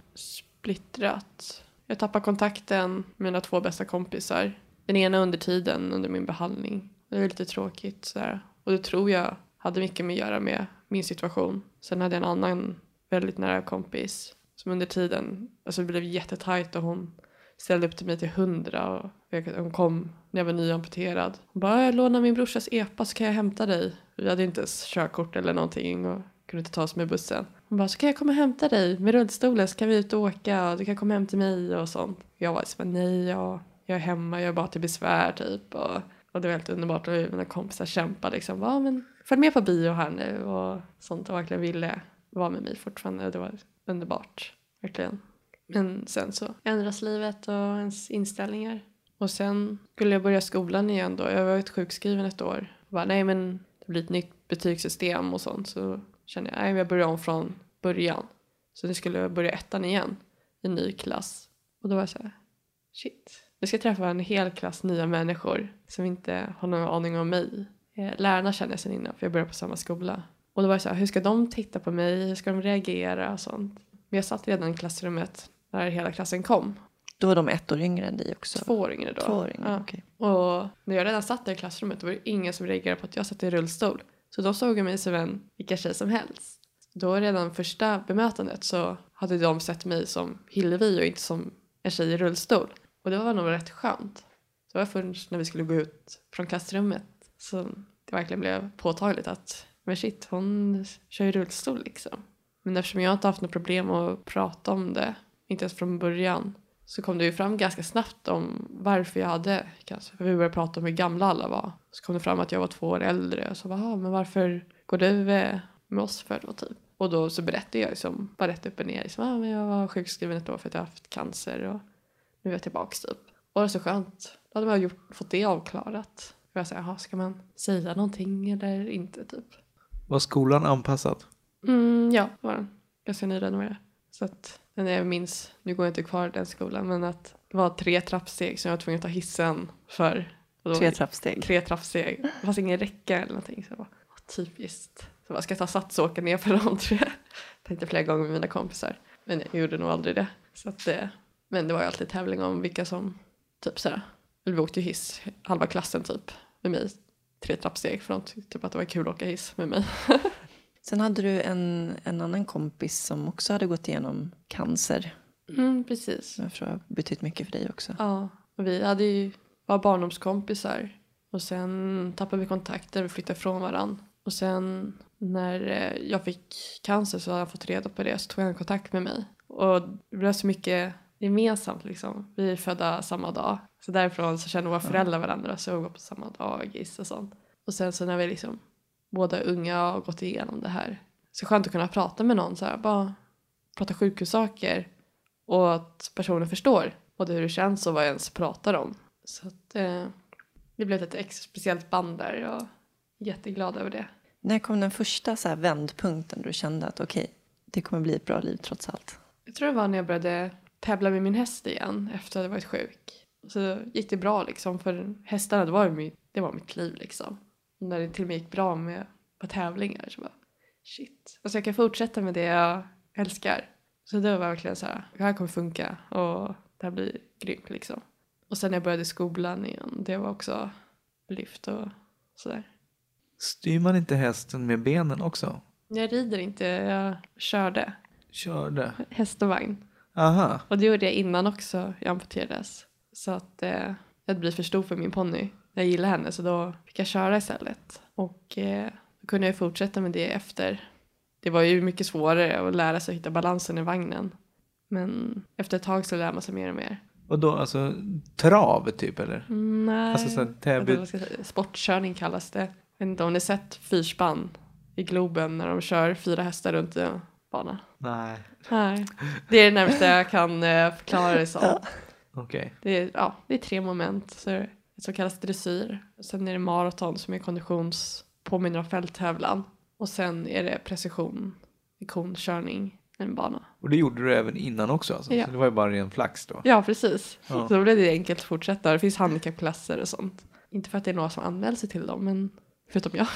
splittrat. Jag tappade kontakten med mina 2 bästa kompisar. Den ena under tiden, under min behandling. Det var lite tråkigt sådär. Och det tror jag hade mycket med att göra med min situation. Sen hade jag en annan väldigt nära kompis som under tiden, alltså det blev jättetajt och hon ställde upp till mig till 100 och hon kom när jag var nyamputerad. Hon bara, jag lånar min brorsas epa så kan jag hämta dig. Vi hade inte ens körkort eller någonting och kunde inte ta oss med bussen. Hon bara, så kan jag komma och hämta dig med rullstolen så kan vi ut och åka och du kan komma hem till mig och sånt. Jag var så nej, jag är hemma, jag är bara till besvär typ. Och det var helt underbart att mina kompisar kämpade liksom. Ja, men följ med på bio här nu och sånt och verkligen ville vara med mig fortfarande. Det var underbart, verkligen. Men sen så ändras livet och ens inställningar. Och sen skulle jag börja skolan igen då. Jag var varit sjukskriven ett år. Och bara, nej men det blir ett nytt betygssystem och sånt. Så kände jag, nej jag börjar om från början. Så nu skulle jag börja 1:an igen i en ny klass. Och då var jag så här, shit. Nu ska jag träffa en hel klass nya människor som inte har någon aning om mig. Lärarna känner jag sen innan för jag började på samma skola. Och då var jag så här, hur ska de titta på mig? Hur ska de reagera och sånt? Men jag satt redan i klassrummet när hela klassen kom. Då var de 1 år yngre än dig också? 2 år yngre då. 2 år yngre, ja. okej. Och när jag redan satt där i klassrummet då var det ingen som reagerade på att jag satt i rullstol. Så de såg mig som en vilka tjej som helst. Då redan första bemötandet så hade de sett mig som Hillevi och inte som en tjej i rullstol. Och det var nog rätt skönt. Så var först när vi skulle gå ut från klassrummet så det verkligen blev påtagligt att men shit, hon kör i rullstol liksom. Men eftersom jag inte haft något problem att prata om det, inte ens från början, så kom det ju fram ganska snabbt om varför jag hade cancer. För vi började prata om hur gamla alla var. Så kom det fram att jag var 2 år äldre. Så men varför går du med oss för då typ? Och då så berättade jag liksom, bara rätt upp och ner. Liksom, men jag var sjukskriven ett år för att jag haft cancer och nu är jag tillbaka typ. Och det var så skönt. Då hade man fått det avklarat. Och jag sa, ska man säga någonting eller inte typ? Var skolan anpassad? Ja, det var den. Ganska nyrenoverad. Så att när jag minns, nu går jag inte kvar i den skolan, men att det var 3 trappsteg som jag var tvungen att ta hissen för. 3 trappsteg? 3 trappsteg. Det fanns ingen räcka eller någonting. Så jag bara, typiskt. Så jag ska ta sats och åka ner för dem tror jag. Tänkte flera gånger med mina kompisar. Men jag gjorde nog aldrig det. Så att Men det var ju alltid tävling om vilka som typ sådär. Eller vi åkte ju hiss halva klassen typ med mig. 3 trappsteg från typ att det var kul att åka hiss med mig. Sen hade du en annan kompis som också hade gått igenom cancer. Precis. Jag tror det har betytt mycket för dig också. Ja, och vi hade ju var barndomskompisar. Och sen tappade vi kontakter och flyttade ifrån varandra. Och sen när jag fick cancer så hade jag fått reda på det. Så tog han kontakt med mig. Och det blev så mycket gemensamt liksom. Vi är födda samma dag. Så därifrån så kände våra föräldrar varandra. Så vi var på samma dagis och sånt. Och sen så när vi liksom båda unga och gått igenom det här. Så skönt att kunna prata med någon så här. Bara prata sjukhussaker. Och att personen förstår både hur det känns och vad jag ens pratar om. Så att det blev ett extra speciellt band där. Jag är jätteglad över det. När kom den första så här vändpunkten då du kände att okej, det kommer bli ett bra liv trots allt? Jag tror det var när jag började tävla med min häst igen efter att jag varit sjuk. Så gick det bra liksom, för hästarna det var mitt liv liksom. Och när det till och med gick bra på tävlingar så bara shit. Alltså jag kan fortsätta med det jag älskar. Så det var verkligen så här, det här kommer funka och det här blir grymt liksom. Och sen när jag började skolan igen, det var också lyft och sådär. Styr man inte hästen med benen också? Jag rider inte, jag körde. Körde? Häst och vagn. Aha. Och det gjorde jag innan också jag amputerades. Så att jag blir för stor för min ponny. Jag gillar henne så då fick jag köra istället. Och då kunde jag fortsätta med det efter. Det var ju mycket svårare att lära sig att hitta balansen i vagnen. Men efter ett tag så lär man sig mer och mer. Och då alltså trav typ eller? Nej, Alltså så sportkörning kallas det. Jag vet inte om ni sett fyrspann i Globen när de kör 4 hästar runt banan. Nej. Nej, det är det närmaste jag kan förklara det som. Okej. Det är 3 moment. Så det så kallas dressyr. Sen är det maraton som är påminner om fälttävlan. Och sen är det precision, konkörning, en bana. Och det gjorde du även innan också alltså? Ja. Så det var ju bara ren flax då? Ja, precis. Ja. Så då blev det enkelt att fortsätta. Det finns handikappklasser och sånt. Inte för att det är några som anmäler sig till dem, men förutom jag.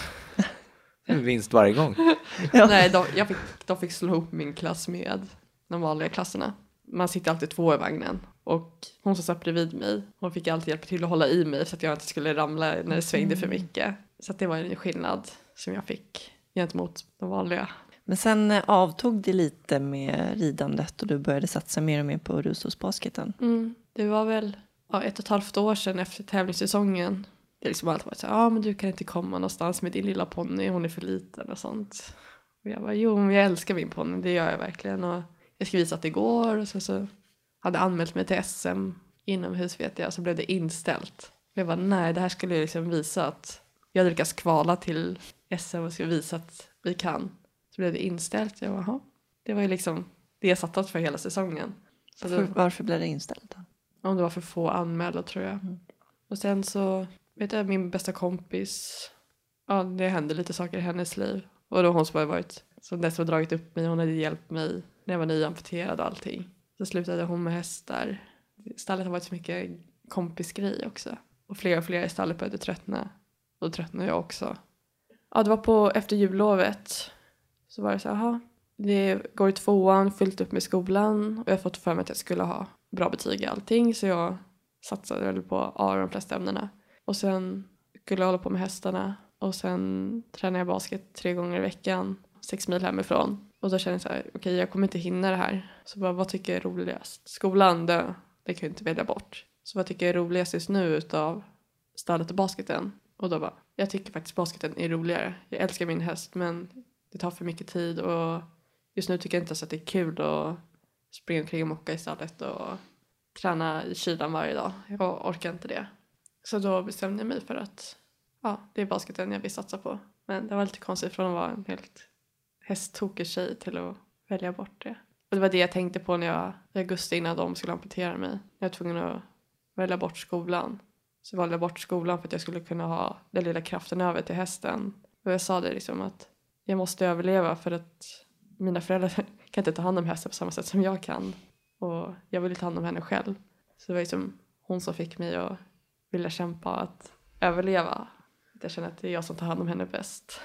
En vinst varje gång. Nej, de fick slå ihop min klass med de vanliga klasserna. Man sitter alltid 2 i vagnen. Och hon som satt bredvid mig, hon fick alltid hjälpa till att hålla i mig så att jag inte skulle ramla när det svängde för mycket. Så att det var en skillnad som jag fick gentemot de vanliga. Men sen avtog det lite med ridandet och du började satsa mer och mer på rusosbasketen. Det var väl 1,5 år sedan efter tävlingssäsongen. Det är liksom alltid varit så här, men du kan inte komma någonstans med din lilla ponny, hon är för liten och sånt. Och jag bara, men jag älskar min ponny, det gör jag verkligen. Och jag ska visa att det går. Och så hade jag anmält mig till SM inomhus vet jag, så blev det inställt. Och jag bara, nej, det här skulle jag liksom visa att jag hade lyckats kvala till SM och skulle visa att vi kan. Så blev det inställt. Jag bara, det var ju liksom det jag satt för hela säsongen. Så Varför blev det inställt då? Om det var för få anmälda tror jag. Och sen så vet jag min bästa kompis. Ja, det hände lite saker i hennes liv. Och då hon som hade varit som dess har dragit upp mig. Hon hade hjälpt mig när jag var nyamputerad och allting. Så slutade hon med hästar. Stallet har varit så mycket kompisgrej också. Och fler i stallet började tröttna. Och då tröttnade jag också. Ja, det var efter jullovet. Så var det så här, det går i 2:an, fyllt upp med skolan. Och jag har fått för mig att jag skulle ha bra betyg i allting. Så jag satsade väl på A i de flesta ämnena. Och sen skulle jag hålla på med hästarna. Och sen tränade jag basket 3 gånger i veckan. 6 mil hemifrån. Och då kände jag så här, okej, jag kommer inte hinna det här. Så bara, vad tycker jag är roligast? Skolan, det kan jag inte välja bort. Så vad tycker jag är roligast just nu utav stallet och basketen? Och då bara, jag tycker faktiskt basketen är roligare. Jag älskar min häst, men det tar för mycket tid. Och just nu tycker jag inte så att det är kul att springa omkring och mocka i stallet och träna i kylan varje dag. Jag orkar inte det. Så då bestämde jag mig för att det är basketen jag vill satsa på. Men det var lite konstigt från att vara en helt hästtokig tjej till att välja bort det. Och det var det jag tänkte på när jag i augusti innan de skulle amputera mig. Jag var tvungen att välja bort skolan. Så valde jag bort skolan för att jag skulle kunna ha den lilla kraften över till hästen. Och jag sa det liksom att jag måste överleva för att mina föräldrar kan inte ta hand om hästen på samma sätt som jag kan. Och jag ville ta hand om henne själv. Så det var liksom hon som fick mig att vilja kämpa att överleva. Jag känner att det är jag som tar hand om henne bäst.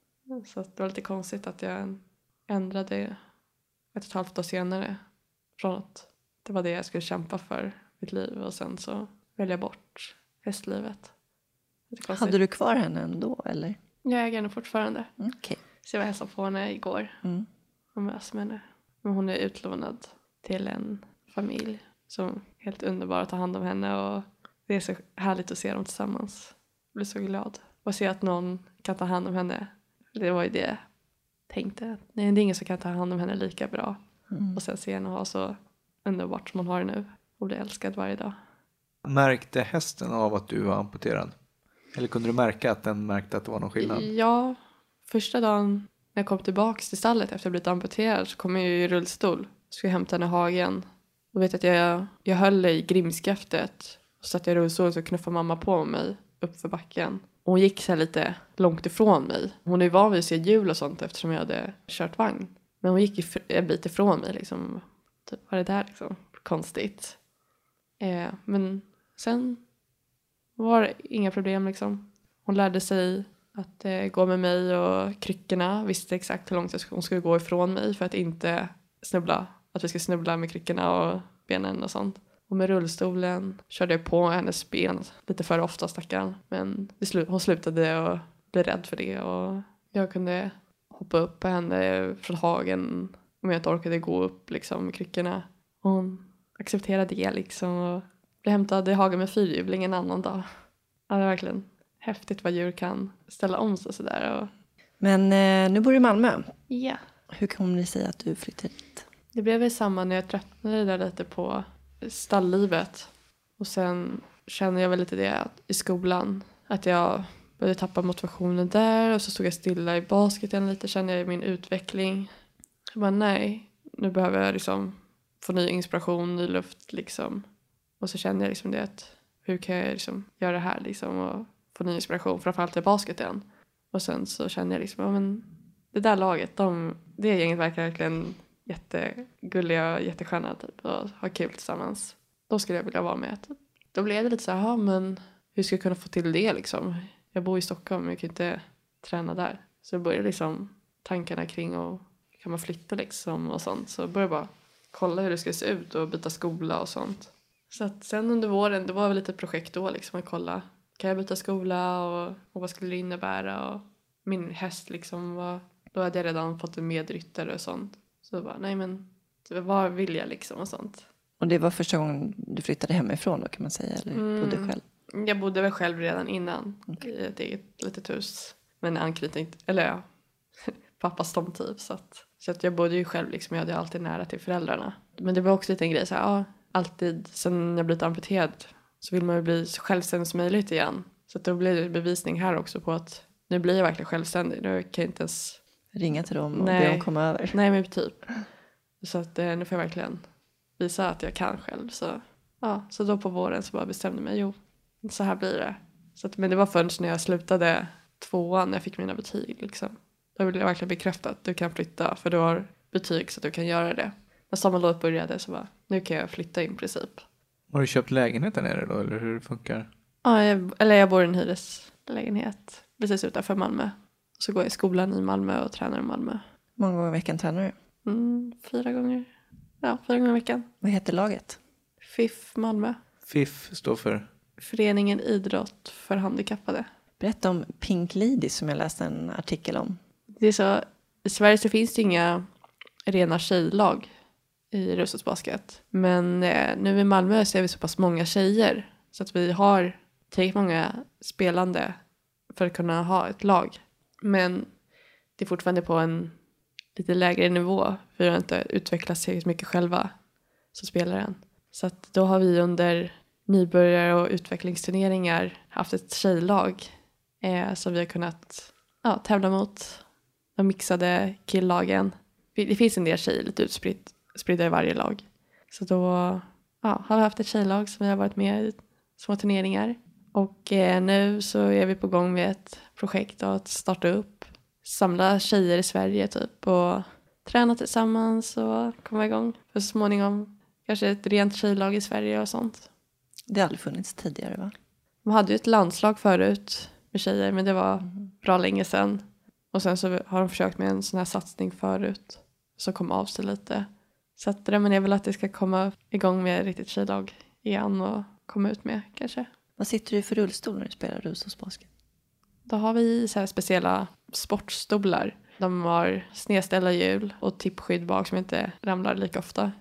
Så det var lite konstigt att jag ändrade 1,5 år senare. Från att det var det jag skulle kämpa för mitt liv. Och sen så välja bort hästlivet. Hade du kvar henne ändå, eller? Jag äger henne fortfarande. Okej. Så jag var hälsade på henne igår. Och möts med henne. Men hon är utlånad till en familj som är helt underbar att ta hand om henne. Och det är så härligt att se dem tillsammans. Jag blir så glad. Och se att någon kan ta hand om henne. Det var ju det jag tänkte. Nej, det är ingen som kan ta hand om henne lika bra. Och sen se henne ha så underbart som hon har det nu. Och bli älskad varje dag. Märkte hästen av att du var amputerad? Eller kunde du märka att den märkte att det var någon skillnad? Ja, första dagen när jag kom tillbaka till stallet efter att jag blivit amputerad så kom jag ju i rullstol. Så jag hämtade henne i hagen. Och vet att jag höll i grimskaftet. Och satt jag i rullstol så knuffade mamma på mig upp för backen. Och hon gick så här lite långt ifrån mig. Hon är ju van vid att se hjul och sånt eftersom jag hade kört vagn. Men hon gick en bit ifrån mig liksom. Typ, var det där liksom? Konstigt. Men sen var det inga problem liksom. Hon lärde sig att gå med mig och kryckorna. Visste exakt hur långt hon skulle gå ifrån mig för att inte snubbla. Att vi skulle snubbla med kryckorna och benen och sånt. Och med rullstolen körde jag på hennes ben lite för ofta stackaren. Men hon slutade och blev rädd för det. Och jag kunde hoppa upp på henne från hagen om jag inte orkade gå upp liksom, med kryckorna. Och hon accepterade det liksom och blev hämtad i hagen med fyrhjuling en annan dag. Ja, det är verkligen häftigt vad djur kan ställa om sig sådär. Men nu bor du i Malmö. Ja. Hur kommer det sig att du flyttade dit? Det blev väl samma när jag tröttnade där lite på stalllivet. Och sen kände jag väl lite det i skolan. Att jag började tappa motivationen där. Och så stod jag stilla i basketen lite. Kände jag i min utveckling. Jag bara nej. Nu behöver jag liksom få ny inspiration, ny luft liksom. Och så kände jag liksom det att hur kan jag liksom göra det här liksom. Och få ny inspiration framförallt i basketen. Och sen så kände jag liksom, ja men det där laget, det gänget verkar verkligen jättegulliga och jättesköna typ. Och ha kul tillsammans. Då skulle jag vilja vara med. Typ. Då blev det lite så här, men hur ska jag kunna få till det liksom? Jag bor i Stockholm, men jag kan inte träna där. Så det började liksom tankarna kring och kan man flytta liksom och sånt. Så jag började bara kolla hur det ska se ut och byta skola och sånt. Så att sen under våren, det var väl lite projekt då liksom att kolla. Kan jag byta skola och vad skulle det innebära? Och min häst liksom då hade jag redan fått en medryttare och sånt. Så bara, nej men vad vill jag liksom och sånt. Och det var första gången du flyttade hemifrån då kan man säga, eller bodde själv? Jag bodde väl själv redan innan i ett eget litet hus. Men anknytning, eller ja, pappas tomtyp. Så att jag bodde ju själv liksom, jag hade alltid nära till föräldrarna. Men det var också lite en grej så här, ja, alltid sen jag blivit amputerad så vill man ju bli så självständig som möjligt igen. Så att då blev det bevisning här också på att nu blir jag verkligen självständig. Nu kan jag inte ens ringa till dem och be dem komma över. Nej, men typ. Så att nu får jag verkligen visa att jag kan själv. Så då på våren så bara bestämde mig, jo, så här blir det. Så att, men det var först när jag slutade 2:an när jag fick mina betyg liksom. Då ville jag verkligen bekräfta att du kan flytta för du har betyg så att du kan göra det. När sommarlovet började så bara, nu kan jag flytta in princip. Har du köpt lägenhet där nere då, eller hur det funkar? Ja, jag bor i en hyreslägenhet precis utanför Malmö. Så går jag i skolan i Malmö och tränar i Malmö. Många gånger i veckan tränar du? 4 gånger. Ja, 4 gånger i veckan. Vad heter laget? FIF Malmö. FIF står för? Föreningen Idrott för handikappade. Berätta om Pink Ladies som jag läste en artikel om. Det är så, i Sverige så finns det inga rena tjejlag i rullstolsbasket. Men nu i Malmö så är vi så pass många tjejer. Så att vi har tillräckligt många spelande för att kunna ha ett lag. Men det är fortfarande på en lite lägre nivå. För vi har inte utvecklats tillräckligt mycket själva som spelare. Så att då har vi under nybörjare- och utvecklingsturneringar haft ett tjejlag. Som vi har kunnat tävla mot de mixade killlagen. Det finns en del tjejer lite utspridda i varje lag. Så då har vi haft ett tjejlag som vi har varit med i små turneringar. Och nu så är vi på gång med ett projekt att starta upp. Samla tjejer i Sverige typ och träna tillsammans och komma igång. För så småningom kanske ett rent tjejlag i Sverige och sånt. Det har aldrig funnits tidigare va? De hade ju ett landslag förut med tjejer men det var bra länge sedan. Och sen så har de försökt med en sån här satsning förut som kom av sig lite. Så att drömmen är väl att det ska komma igång med riktigt tjejlag igen och komma ut med kanske. Vad sitter du för rullstol när du spelar Rusås basket? Då har vi så här speciella sportstolar. De har snedställda hjul och tippskydd bak som inte ramlar lika ofta.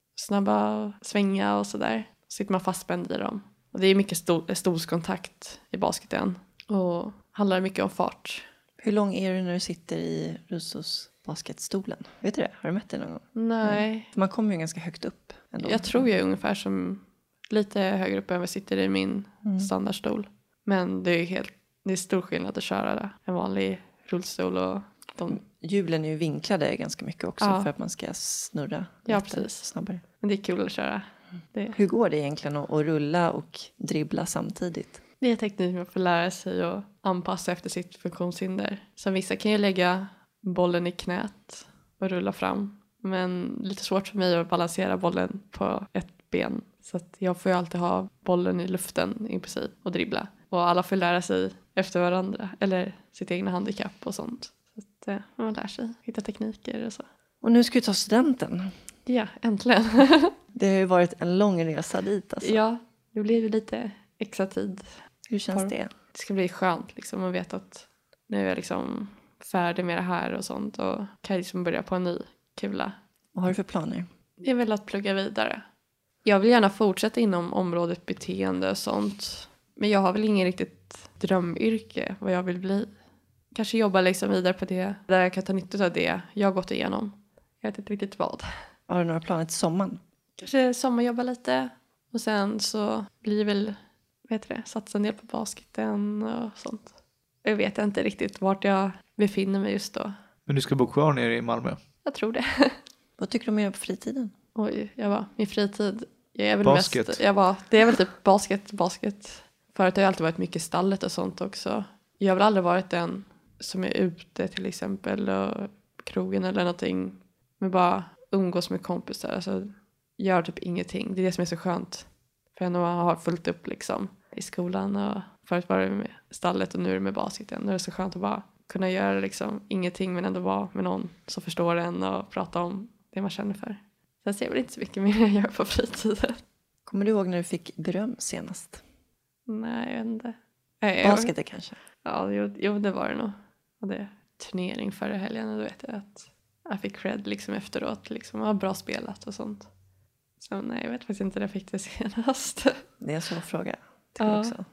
Snabba svänga och sådär. Så sitter man fastspänd i dem. Och det är mycket stolskontakt i basketen. Och handlar mycket om fart. Hur lång är du när du sitter i Rusås basketstolen? Vet du det? Har du mätt det någon gång? Nej. För man kommer ju ganska högt upp ändå. Jag tror jag är ungefär som lite högre upp än vad jag sitter i min standardstol. Men det är stor skillnad att köra en vanlig rullstol och Hjulen är ju vinklade ganska mycket också för att man ska snurra precis. Snabbare. Men det är kul att köra. Hur går det egentligen att rulla och dribbla samtidigt? Det är teknik man får lära sig att anpassa efter sitt funktionshinder. Så vissa kan ju lägga bollen i knät och rulla fram. Men lite svårt för mig att balansera bollen på ett ben. Så att jag får ju alltid ha bollen i luften i princip och dribbla. Och alla får lära sig efter varandra. Eller sitt egna handikapp och sånt. Så att man lär sig hitta tekniker och så. Och nu ska du ta studenten. Ja, äntligen. Det har ju varit en lång resa dit alltså. Ja, det blir lite extra tid. Hur känns det? Det ska bli skönt liksom att veta att nu är jag liksom färdig med det här och sånt. Och kan liksom börja på en ny kula. Vad har du för planer? Jag vill att plugga vidare. Jag vill gärna fortsätta inom området beteende och sånt. Men jag har väl ingen riktigt drömyrke vad jag vill bli. Kanske jobba liksom vidare på det. Där jag kan ta nytta av det jag har gått igenom. Jag vet inte riktigt vad. Har du några planer till sommaren? Kanske sommarjobba lite. Och sen så blir väl, satsa ner på basketen och sånt. Jag vet inte riktigt vart jag befinner mig just då. Men du ska bo kvar nere i Malmö? Jag tror det. Vad tycker du om att göra på fritiden? Oj, min fritid. Jag är väl basket. Mest, det är väl typ basket. Förut har jag alltid varit mycket i stallet och sånt också. Jag har väl aldrig varit den som är ute till exempel och krogen eller någonting. Men bara umgås med kompisar. Alltså gör typ ingenting. Det är det som är så skönt. För jag har fullt upp liksom i skolan. Och förut var det med stallet och nu är det med basketen. Det är så skönt att bara kunna göra liksom ingenting men ändå vara med någon som förstår en och prata om det man känner för. Sen ser jag väl inte så mycket mer jag gör på fritiden. Kommer du ihåg när du fick beröm senast? Nej, jag vet inte. Basket kanske? Ja, jo, det var det nog. Och det turnering förra helgen och då vet jag att jag fick cred liksom efteråt. Liksom, bra spelat och sånt. Så nej, jag vet faktiskt inte när jag fick det senast. Det är en sån fråga. Också.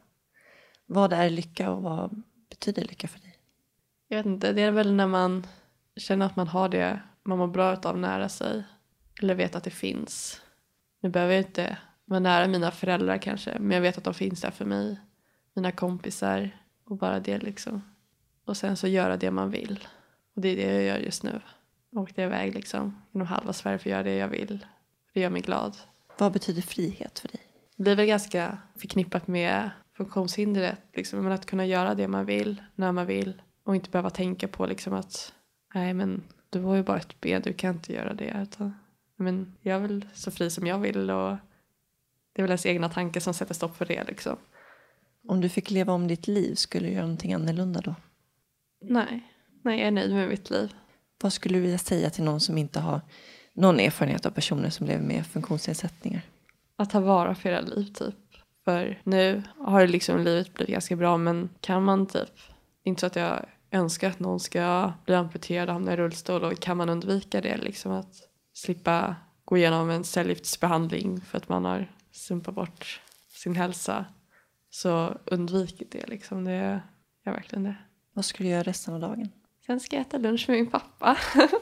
Vad är lycka och vad betyder lycka för dig? Jag vet inte, det är väl när man känner att man har det man mår bra av nära sig. Eller vet att det finns. Nu behöver jag inte vara nära mina föräldrar kanske. Men jag vet att de finns där för mig. Mina kompisar. Och bara det liksom. Och sen så göra det man vill. Och det är det jag gör just nu. Åkte iväg liksom. Genom halva Sverige för att göra det jag vill. Det gör mig glad. Vad betyder frihet för dig? Det blir väl ganska förknippat med funktionshindret. Liksom. Men att kunna göra det man vill. När man vill. Och inte behöva tänka på liksom att. Nej men du har ju bara ett ben. Du kan inte göra det. Utan, men jag är väl så fri som jag vill. Och det är väl ens egna tankar som sätter stopp för det liksom. Om du fick leva om ditt liv, skulle du göra någonting annorlunda då? Nej, jag är nöjd med mitt liv. Vad skulle du vilja säga till någon som inte har någon erfarenhet av personer som lever med funktionsnedsättningar? Att ta vara för era liv typ. För nu har liksom livet blivit ganska bra, men kan man typ. Det är inte så att jag önskar att någon ska bli amputerad och hamna i rullstol, och kan man undvika det liksom, att slippa gå igenom en cellgiftsbehandling för att man har sumpat bort sin hälsa, så undvik det liksom. Det är verkligen det. Vad ska du göra resten av dagen? Sen ska jag äta lunch med min pappa.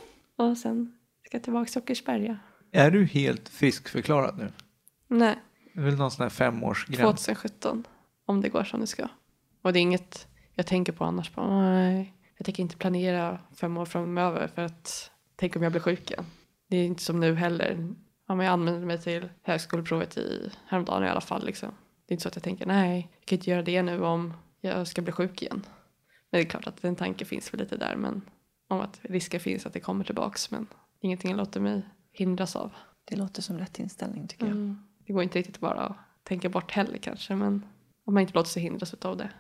Och sen ska jag tillbaka till Åkersberga. Är du helt friskförklarad nu? Nej. Det är väl någon sån här 5-årsgräns? 2017. Om det går som det ska. Och det är inget jag tänker på annars. Nej. Jag tänker inte planera 5 år framöver för att tänk om jag blir sjuk igen. Det är inte som nu heller. Ja, jag använder mig till högskoleprovet häromdagen i alla fall. Liksom. Det är inte så att jag tänker nej, jag kan inte göra det nu om jag ska bli sjuk igen. Men det är klart att en tanke finns väl lite där. Men om att risker finns att det kommer tillbaks. Men ingenting låter mig hindras av. Det låter som rätt inställning tycker jag. Det går inte riktigt bara att tänka bort heller kanske. Men om man inte låter sig hindras av det.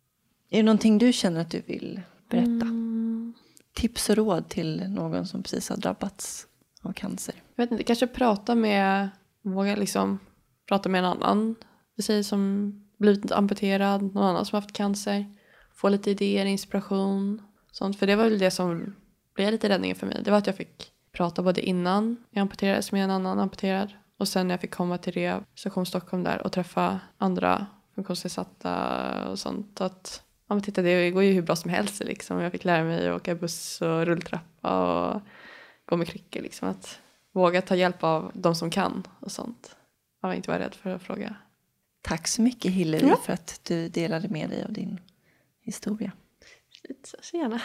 Är det någonting du känner att du vill berätta? Tips och råd till någon som precis har drabbats av cancer? Jag vet inte, kanske våga liksom prata med en annan. Vi säger som blivit amputerad, någon annan som haft cancer. Få lite idéer, inspiration, sånt. För det var väl det som blev lite räddningen för mig. Det var att jag fick prata både innan jag amputerades med en annan amputerad. Och sen när jag fick komma till Rehabilitation Stockholm där och träffa andra funktionsnedsatta och sånt. Att, ja men titta, det går ju hur bra som helst liksom. Jag fick lära mig att åka buss och rulltrappa och gå med kryckor liksom. Att våga ta hjälp av de som kan och sånt. Jag var inte rädd för att fråga. Tack så mycket Hillevi för att du delade med dig av din historia. Så gärna.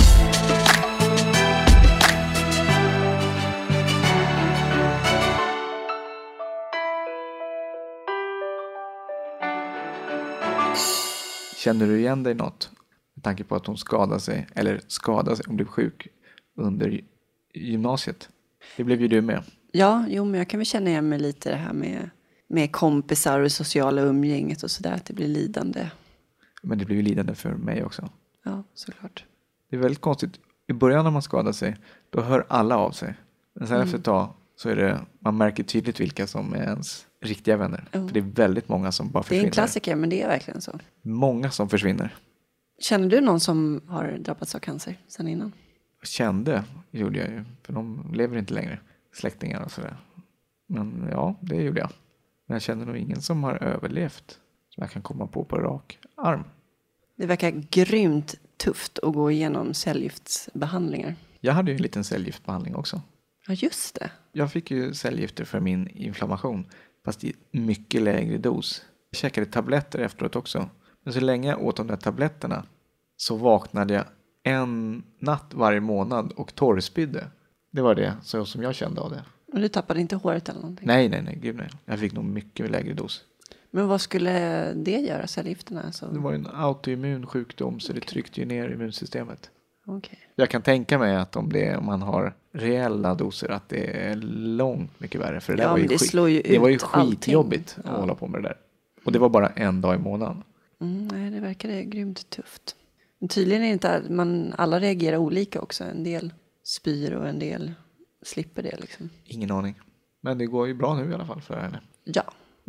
Känner du igen dig något? Med tanke på att hon skadade sig, hon blev sjuk under gymnasiet. Det blev ju du med. Ja, men jag kan väl känna igen mig lite det här med kompisar och sociala umgänget och sådär. Att det blir lidande. Men det blir ju lidande för mig också. Ja, såklart. Det är väldigt konstigt. I början när man skadar sig, då hör alla av sig. Men sen efter ett tag så är det, man märker tydligt vilka som är ens riktiga vänner. För det är väldigt många som bara försvinner. Det är en klassiker, men det är verkligen så. Många som försvinner. Känner du någon som har drabbats av cancer sen innan? Gjorde jag ju. För de lever inte längre. Släktingar och sådär. Men ja, det gjorde jag. Men jag känner nog ingen som har överlevt. Som jag kan komma på rak arm. Det verkar grymt tufft att gå igenom cellgiftsbehandlingar. Jag hade ju en liten cellgiftbehandling också. Ja, just det. Jag fick ju cellgifter för min inflammation. Fast i mycket lägre dos. Jag käkade tabletter efteråt också. Men så länge jag åt de där tabletterna så vaknade jag en natt varje månad och torrspydde. Det var det så som jag kände av det. Och du tappade inte håret eller någonting? Nej. Gud nej. Jag fick nog mycket lägre dos. Men vad skulle det göra, cellgifterna? Alltså? Det var en autoimmun sjukdom så det tryckte ju ner immunsystemet. Okay. Jag kan tänka mig att om man har reella doser att det är långt mycket värre. För det, där var ju det slår ju ut. Det var ju skitjobbigt att hålla på med det där. Och det var bara en dag i månaden. Nej, det verkade grymt tufft. Men tydligen är det inte alla reagerar olika också. En del spyr och en del slipper det liksom. Ingen aning. Men det går ju bra nu i alla fall för henne. Ja.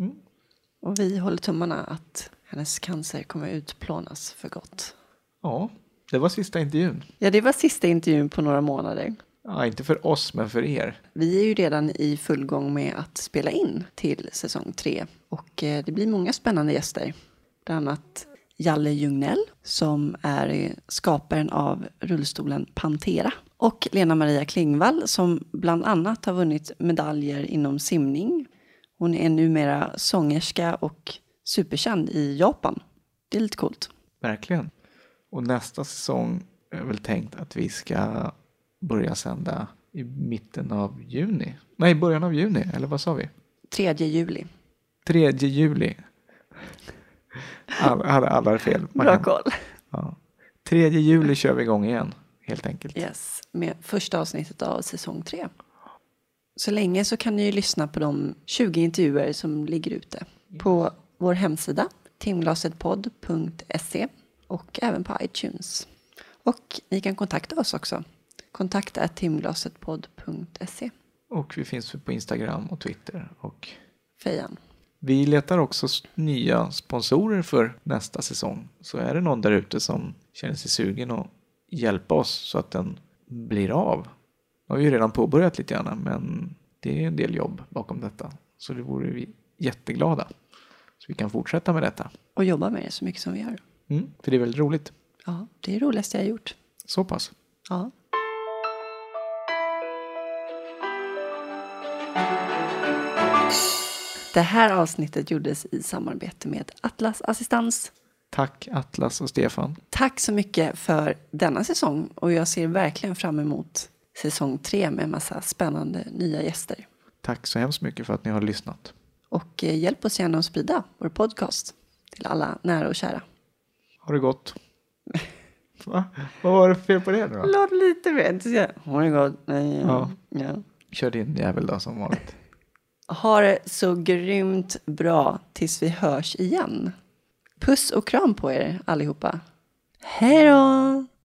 Och vi håller tummarna att hennes cancer kommer utplånas för gott. Ja, det var sista intervjun. Ja, det var sista intervjun på några månader. Ja, inte för oss men för er. Vi är ju redan i full gång med att spela in till säsong 3. Och det blir många spännande gäster. Bland annat Jalle Ljungnell som är skaparen av rullstolen Pantera. Och Lena Maria Klingvall som bland annat har vunnit medaljer inom simning. Hon är numera sångerska och superkänd i Japan. Det är lite coolt. Verkligen. Och nästa säsong är väl tänkt att vi ska börja sända i mitten av juni. Nej, början av juni. Eller vad sa vi? 3 juli. 3 juli. Alla är fel. Bra koll. Ja. 3 juli kör vi igång igen. Helt enkelt. Yes, med första avsnittet av säsong 3. Så länge så kan ni ju lyssna på de 20 intervjuer som ligger ute. På vår hemsida timglasetpodd.se och även på iTunes. Och ni kan kontakta oss också. Kontakta@timglasetpodd.se. Och vi finns på Instagram och Twitter. Och Fejan. vi letar också nya sponsorer för nästa säsong. Så är det någon där ute som känner sig sugen att hjälpa oss så att den blir av. Vi har ju redan påbörjat lite grann, men det är en del jobb bakom detta. Så det vore vi jätteglada. Så vi kan fortsätta med detta. Och jobba med det så mycket som vi gör. För det är väldigt roligt. Ja, det är det roligaste jag har gjort. Så pass. Ja. Det här avsnittet gjordes i samarbete med Atlas Assistans. Tack Atlas och Stefan. Tack så mycket för denna säsong. Och jag ser verkligen fram emot säsong 3 med en massa spännande nya gäster. Tack så hemskt mycket för att ni har lyssnat. Och hjälp oss gärna att sprida vår podcast till alla nära och kära. Ha det gott. Va? Vad var det för fel på det då? Låt lite mer. Ha det gott. Ja. Kör din jävel då som vanligt. Ha det så grymt bra tills vi hörs igen. Puss och kram på er allihopa. Hej då!